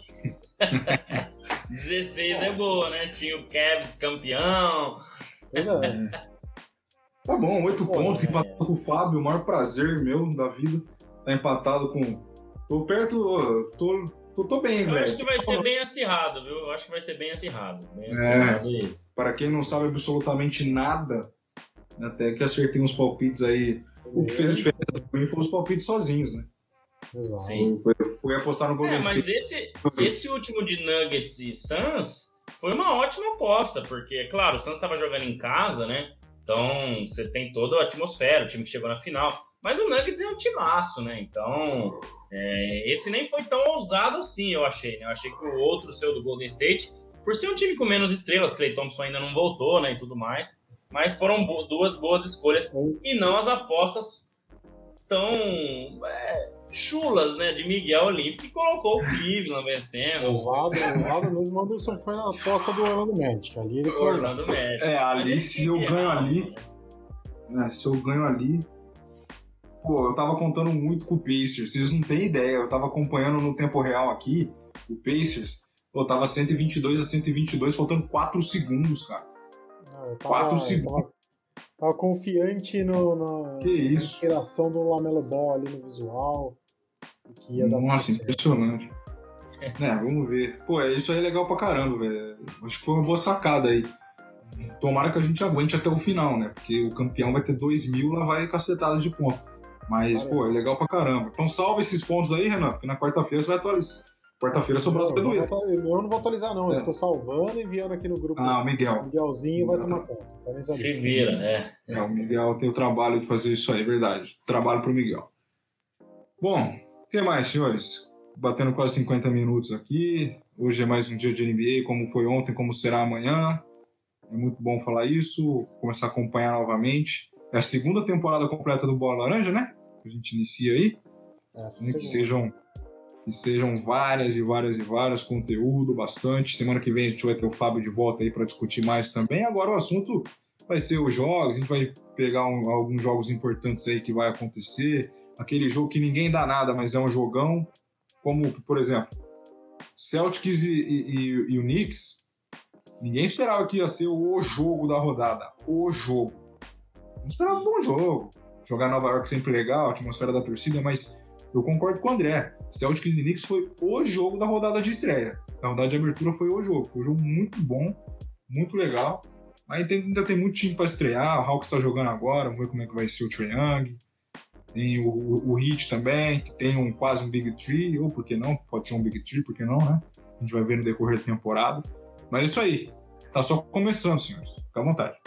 dezesseis é boa, né? Tinha o Cavs campeão. Pois é. Tá bom, oito pontos, é. empatado com o Fábio. O maior prazer meu da vida. Tá empatado com... Tô perto... Tô, tô, tô bem, Eu velho. acho que vai ser bem acirrado, viu? Eu acho que vai ser bem acirrado. Bem acirrado É, e... para quem não sabe absolutamente nada, até que acertei uns palpites aí. O que fez a diferença pra mim foi os palpites sozinhos, né? Exato. Sim. Foi, foi apostar no Golden É, mas State. esse, esse último de Nuggets e Suns foi uma ótima aposta, porque, claro, o Suns estava jogando em casa, né? Então, você tem toda a atmosfera, o time que chegou na final. Mas o Nuggets é um timaço, né? Então, é, esse nem foi tão ousado assim, eu achei, né? Eu achei que o outro seu do Golden State, por ser um time com menos estrelas, Klay Thompson ainda não voltou, né? E tudo mais. Mas foram bo- duas boas escolhas. E não as apostas tão... É, chulas, né, de Miguel Olímpico, que colocou o Cleveland vencendo. Ousado, ousado mesmo, o Anderson foi na aposta do Orlando Magic. Ali ele O foi. Orlando Magic. É, ali, Mas ele se tinha eu que ganho errar, ali, né? né, se eu ganho ali, pô, eu tava contando muito com o Pacers, vocês não têm ideia, eu tava acompanhando no tempo real aqui, o Pacers, pô, tava cento e vinte e dois a cento e vinte e dois, faltando quatro segundos, cara. Não, eu tava, quatro eu segundos. tava, tava confiante no, no, Que na isso? inspiração do Lamelo Ball ali no visual. Que ia dar Nossa, tudo certo. impressionante. É, vamos ver. Pô, é, isso aí é legal pra caramba, velho. Acho que foi uma boa sacada aí. Tomara que a gente aguente até o final, né? Porque o campeão vai ter dois mil, lá vai cacetada de ponto. Mas, Valeu. pô, é legal pra caramba. Então salva esses pontos aí, Renan, porque na quarta-feira você vai atualizar. Quarta-feira seu braço vai eu, doer. não, eu não vou atualizar, não. É. Eu tô salvando e enviando aqui no grupo. Ah, o O Miguel. Miguelzinho vai tomar conta. Tá nem Se sabendo. vira, é. É, o Miguel tem o trabalho de fazer isso aí, verdade. Trabalho pro Miguel. Bom, o que mais, senhores? Batendo quase cinquenta minutos aqui. Hoje é mais um dia de N B A, como foi ontem, como será amanhã. É muito bom falar isso, começar a acompanhar novamente. É a segunda temporada completa do Bola Laranja, né? Que a gente inicia aí. Essa Né? é Que sejam, que sejam várias e várias e várias, conteúdo, bastante. Semana que vem a gente vai ter o Fábio de volta aí para discutir mais também. Agora o assunto vai ser os jogos, a gente vai pegar um, alguns jogos importantes aí que vai acontecer. Aquele jogo que ninguém dá nada, mas é um jogão. Como, por exemplo, Celtics e, e, e o Knicks. Ninguém esperava que ia ser o jogo da rodada. O jogo. Não esperava um bom jogo. Jogar em Nova York sempre legal, a atmosfera da torcida, mas eu concordo com o André. Celtics e Knicks foi o jogo da rodada de estreia. A rodada de abertura foi o jogo. Foi um jogo muito bom, muito legal. Mas ainda tem muito time para estrear. O Hawks está jogando agora, vamos ver como é que vai ser o Trae Young. Tem o, o, o Heat também, que tem um, quase um Big Three, ou por que não? Pode ser um Big Three, por que não, né? A gente vai ver no decorrer da temporada. Mas é isso aí. Tá só começando, senhores. Fica à vontade.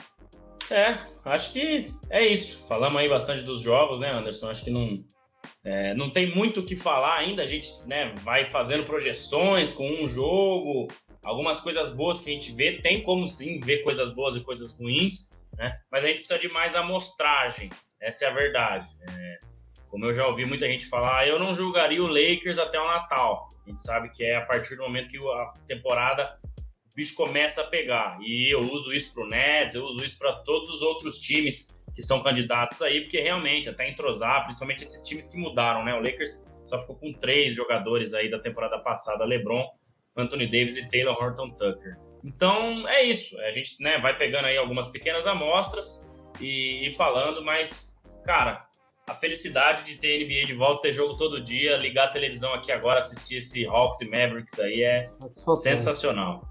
É, acho que é isso. Falamos aí bastante dos jogos, né, Anderson? Acho que não, é, não tem muito o que falar ainda. A gente, né, vai fazendo projeções com um jogo, algumas coisas boas que a gente vê. Tem como sim ver coisas boas e coisas ruins, né? Mas a gente precisa de mais amostragem. Essa é a verdade. É, como eu já ouvi muita gente falar, eu não julgaria o Lakers até o Natal. A gente sabe que é a partir do momento que a temporada, o bicho começa a pegar. E eu uso isso pro Nets, eu uso isso para todos os outros times que são candidatos aí, porque realmente, até entrosar, principalmente esses times que mudaram, né? O Lakers só ficou com três jogadores aí da temporada passada, LeBron, Anthony Davis e Taylor Horton Tucker. Então, é isso. A gente, né, vai pegando aí algumas pequenas amostras e, e falando, mas, cara, a felicidade de ter N B A de volta, ter jogo todo dia, ligar a televisão aqui agora, assistir esse Hawks e Mavericks aí é sensacional.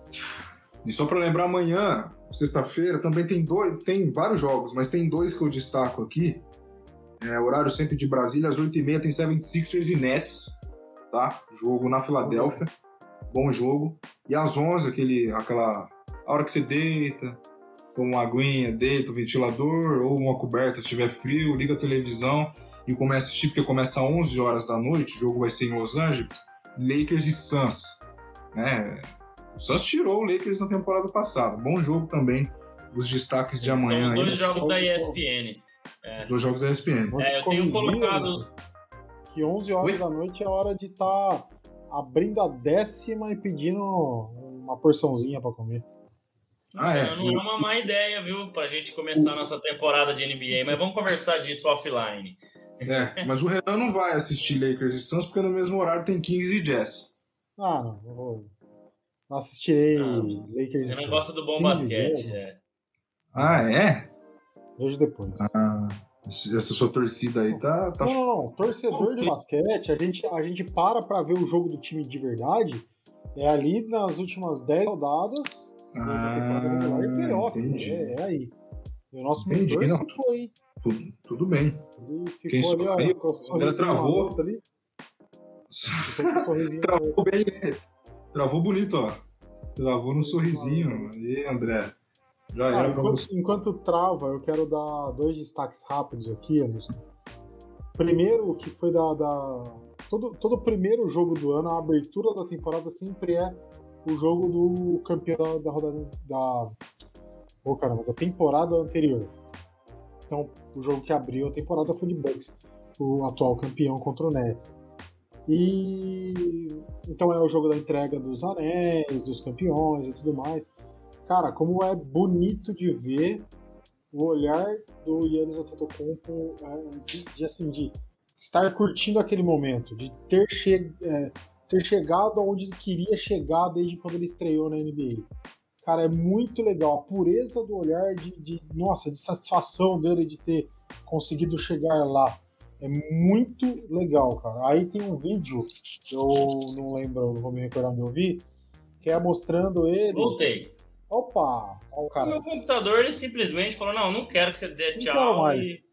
E só para lembrar, amanhã, sexta-feira, também tem dois, tem vários jogos, mas tem dois que eu destaco aqui. É, horário sempre de Brasília, às oito e meia tem setenta e seis ers e Nets, tá? Jogo na Filadélfia, bom jogo. E às onze, aquele, aquela, a hora que você deita, toma uma aguinha, deita o ventilador ou uma coberta se estiver frio, liga a televisão e começa a assistir, porque começa às onze horas da noite, o jogo vai ser em Los Angeles, Lakers e Suns, né? O Suns tirou o Lakers na temporada passada. Bom jogo também, os destaques de amanhã. São dois aí, jogos da E S P N. É. Os dois jogos da E S P N. É, eu tenho colocado... Que onze horas Oi? da noite é a hora de estar tá abrindo a décima e pedindo uma porçãozinha para comer. Ah, é. Não é uma má ideia, viu? Pra gente começar a nossa temporada de N B A, mas vamos conversar disso offline. É, mas o Renan não vai assistir Lakers e Suns porque no mesmo horário tem Kings e Jazz. Ah, não. Eu vou... não assistirei Não, Lakers e Você não Suns. gosta do bom quinze basquete, dias, é. Ah, é? Vejo depois. Ah, Essa sua torcida aí tá... tá... Não, não, não. Torcedor de basquete, a gente, a gente para pra ver o jogo do time de verdade, é ali nas últimas dez rodadas ah, da temporada regular e playoff. Entendi. É, é aí. E o nosso entendi, mentor não. ficou aí. Tudo, tudo bem. Ele ficou Quem ali, ó, sorriu, com o sorrisinho travou. ali. Ficou com o sorrisinho Travou bem, travou bonito, ó. Travou no sorrisinho. E André, já ah, era enquanto, pra você. enquanto trava, eu quero dar dois destaques rápidos aqui, Anderson. Primeiro, que foi da... da... Todo, todo primeiro jogo do ano, a abertura da temporada sempre é o jogo do campeão da, da rodada da... Oh, caramba, da temporada anterior. Então, o jogo que abriu a temporada foi de Bucks, o atual campeão contra o Nets. E então é o jogo da entrega dos anéis, dos campeões e tudo mais. Cara, como é bonito de ver o olhar do Giannis Antetokounmpo é, de, de, assim, de estar curtindo aquele momento, de ter, che é, ter chegado aonde ele queria chegar desde quando ele estreou na N B A. Cara, é muito legal. A pureza do olhar de, de, nossa, de satisfação dele de ter conseguido chegar lá. É muito legal, cara. Aí tem um vídeo, eu não lembro, não vou me recordar onde eu vi, que é mostrando ele... Voltei. Opa! Ó, o cara. O meu computador, ele simplesmente falou, não, não quero que você dê Não tchau. quero mais. E...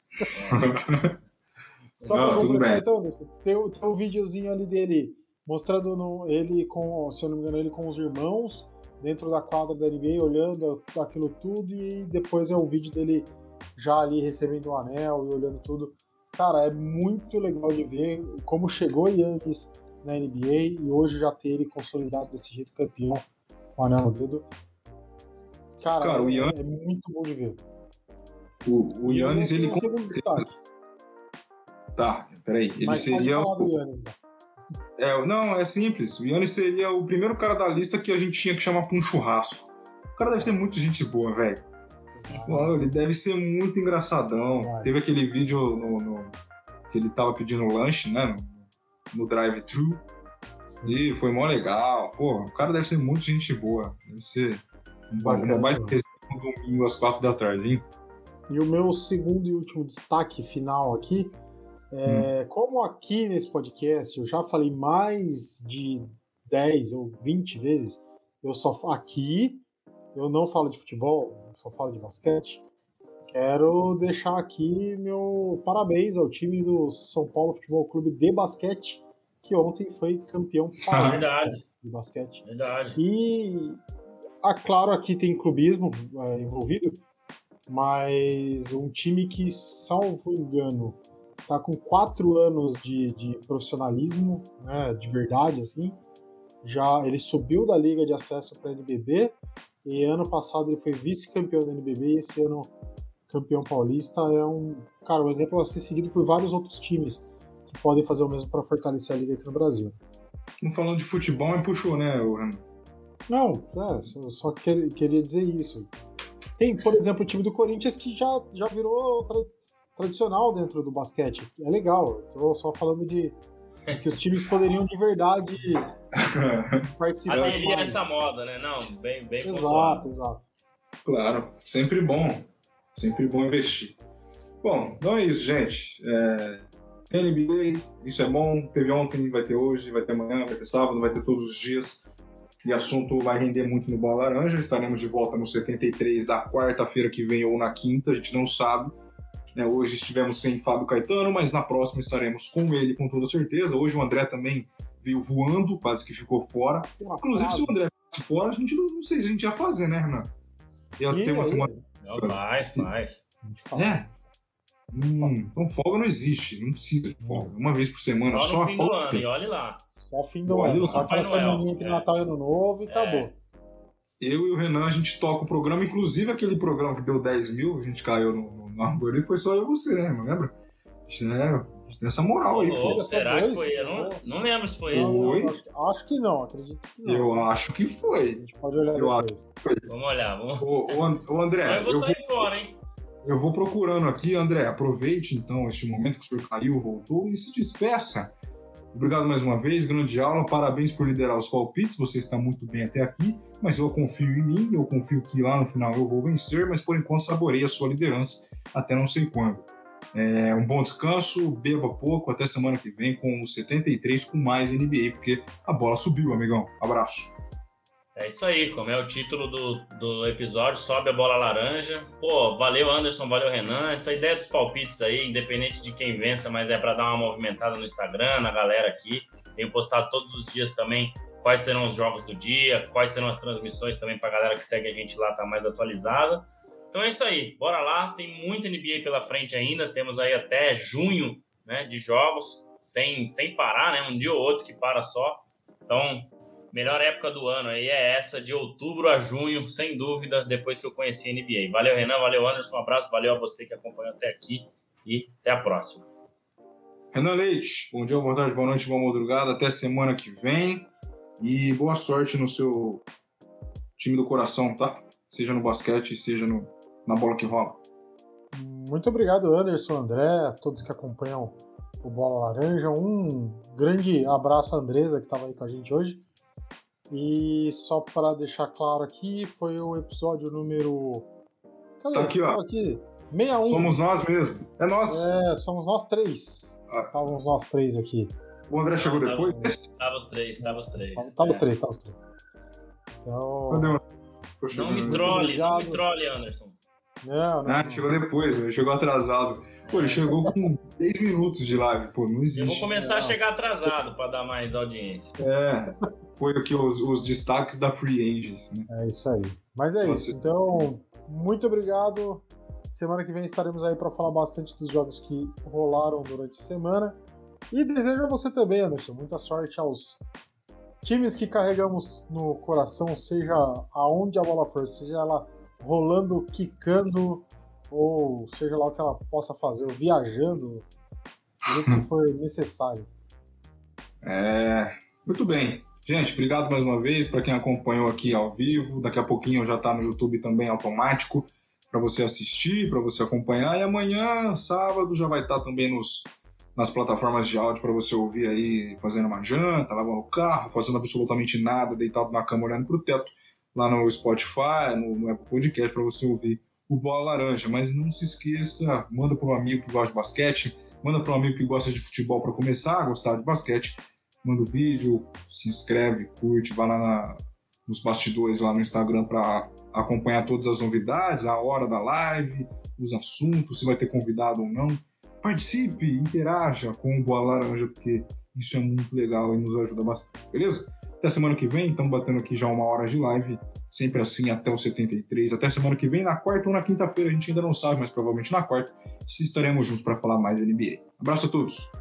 Só Não, pra tudo completar, bem. então, tem, tem um videozinho ali dele, mostrando no, ele com, se eu não me engano, ele com os irmãos, dentro da quadra da N B A, olhando aquilo tudo, e depois é o vídeo dele já ali recebendo o anel e olhando tudo. Cara, é muito legal de ver como chegou Yankees na N B A e hoje já ter ele consolidado desse jeito campeão, com o anel no dedo. Cara, Cara, é, o Yan- é muito bom de ver. O, o Yannis, E ele... o segundo destaque. Tá, peraí. Ele Mas seria... pode falar do o- Yannis, né? É, não, é simples. O Yannis seria o primeiro cara da lista que a gente tinha que chamar pra um churrasco. O cara deve ser muito gente boa, velho. Pô, ele deve ser muito engraçadão. Vai. Teve aquele vídeo no, no- que ele tava pedindo lanche, né? No, no drive-thru. E foi mó legal. Pô, o cara deve ser muito gente boa. Deve ser um ba- Bacana, uma baita mano. resenha no domingo às quatro da tarde, hein? E o meu segundo e último destaque final aqui é como aqui nesse podcast eu já falei mais de dez ou vinte vezes, eu só aqui eu não falo de futebol, eu só falo de basquete. Quero deixar aqui meu parabéns ao time do São Paulo Futebol Clube de basquete, que ontem foi campeão paulista Verdade. de basquete. Verdade. E, ah, claro, aqui tem clubismo é, envolvido, mas um time que, salvo engano, tá com quatro anos de, de profissionalismo, né, de verdade, assim. Já ele subiu da Liga de Acesso para a N B B e ano passado ele foi vice-campeão da N B B e esse ano campeão paulista. É um, cara, um exemplo a ser seguido por vários outros times que podem fazer o mesmo para fortalecer a Liga aqui no Brasil. Não falando de futebol, mas puxou, né, Renan? Não, é, só, só que- queria dizer isso. Tem, por exemplo, o time do Corinthians que já, já virou tra- tradicional dentro do basquete. É legal. Eu tô só falando de que os times poderiam de verdade participar Aderir a mais. essa moda, né? Não, bem, bem pontuado. Exato, exato. Claro, sempre bom. Sempre bom investir. Bom, então é isso, gente. É, N B A, isso é bom. Teve ontem, vai ter hoje, vai ter amanhã, vai ter sábado, vai ter todos os dias. E assunto vai render muito no Bola Laranja. Estaremos de volta no setenta e três da quarta-feira que vem ou na quinta, a gente não sabe. Né, hoje estivemos sem Fábio Caetano, mas na próxima estaremos com ele com toda certeza. Hoje o André também veio voando, quase que ficou fora. Tem uma Inclusive, frase. se o André fosse fora, a gente não, não sei se a gente ia fazer, né, Renan? Ia E ter uma aí, semana. Não, faz, faz. a gente fala. É? Hum, então folga não existe, não precisa de folga. Uma vez por semana Só só no a fim do folga. ano, e olhe lá. Só fim do Olha ano. o Só Papai aquela Noel, semana entre é. Natal e Ano Novo e É. acabou. Eu e o Renan, a gente toca o programa, inclusive aquele programa que deu dez mil, a gente caiu no, no, no árvore e foi só eu e você, né, não lembra? A gente, né, a gente tem essa moral aí, Ô, pô. louco, será que dois? foi? Eu não, não lembro se foi Foi. esse. não. Acho, acho que não, acredito que não. Eu acho que A foi. gente pode olhar Eu depois. Vamos olhar, vamos. Ô, ô, An- ô, André, Mas eu vou eu sair vou, fora, hein? eu vou procurando aqui. André, aproveite então este momento que o senhor caiu, voltou e se despeça. Obrigado mais uma vez, grande aula, parabéns por liderar os palpites, você está muito bem até aqui, mas eu confio em mim, eu confio que lá no final eu vou vencer, mas por enquanto saborei a sua liderança até não sei quando. É, um bom descanso, beba pouco, até semana que vem com o setenta e três com mais N B A, porque a bola subiu, amigão. Abraço. É isso aí, como é o título do, do episódio, sobe a bola laranja. Pô, valeu Anderson, valeu Renan. Essa ideia dos palpites aí, independente de quem vença, mas é para dar uma movimentada no Instagram, na galera aqui. Tenho postado todos os dias também quais serão os jogos do dia, quais serão as transmissões também para a galera que segue a gente lá, tá mais atualizada. Então é isso aí, bora lá, tem muita N B A pela frente ainda, temos aí até junho, né, de jogos, sem, sem parar, né, um dia ou outro que para só. Então, melhor época do ano aí é essa, de outubro a junho, sem dúvida, depois que eu conheci a N B A. Valeu, Renan, valeu, Anderson, um abraço, valeu a você que acompanhou até aqui e até a próxima. Renan Leite, bom dia, boa tarde, boa noite, boa madrugada, até semana que vem e boa sorte no seu time do coração, tá? Seja no basquete, seja no, na bola que rola. Muito obrigado, Anderson, André, a todos que acompanham o Bola Laranja. Um grande abraço à Andresa, que estava aí com a gente hoje. E só para deixar claro aqui, foi o episódio número... Cadê? Tá aqui, ó. Aqui. sessenta e um. Somos nós mesmo. É nós. É, somos nós três. Ah. Estávamos nós três aqui. O André chegou Não, depois? Tava os três, tava os três. Tava os é. três, tava os três. Então... Cadê o... Não me trole, não me trole, Anderson. Não, não, Ah, não. chegou depois, ele chegou atrasado. Pô, ele chegou com dez minutos de live, pô, não existe. Eu vou começar a chegar atrasado para dar mais audiência. É, foi aqui os, os destaques da Free Agents, né? É isso aí. Mas é Nossa. isso. Então, muito obrigado. Semana que vem estaremos aí para falar bastante dos jogos que rolaram durante a semana. E desejo a você também, Anderson, muita sorte aos times que carregamos no coração, seja aonde a bola for, seja ela rolando, quicando, ou seja lá o que ela possa fazer, ou viajando, do jeito que for necessário. É, muito bem. Gente, obrigado mais uma vez para quem acompanhou aqui ao vivo. Daqui a pouquinho já está no YouTube também automático para você assistir, para você acompanhar. E amanhã, sábado, já vai estar tá também nos, nas plataformas de áudio para você ouvir aí fazendo uma janta, lavando o carro, fazendo absolutamente nada, deitado na cama olhando para o teto, lá no Spotify, no, no Apple Podcast, para você ouvir o Bola Laranja. Mas não se esqueça, manda para um amigo que gosta de basquete, manda para um amigo que gosta de futebol para começar a gostar de basquete, manda o um vídeo, se inscreve, curte, vai lá na, nos bastidores lá no Instagram para acompanhar todas as novidades, a hora da live, os assuntos, se vai ter convidado ou não. Participe, interaja com o Bola Laranja, porque isso é muito legal e nos ajuda bastante, beleza? Até semana que vem, estamos batendo aqui já uma hora de live, sempre assim até o setenta e três. Até semana que vem, na quarta ou na quinta-feira, a gente ainda não sabe, mas provavelmente na quarta, se estaremos juntos para falar mais de N B A. Abraço a todos!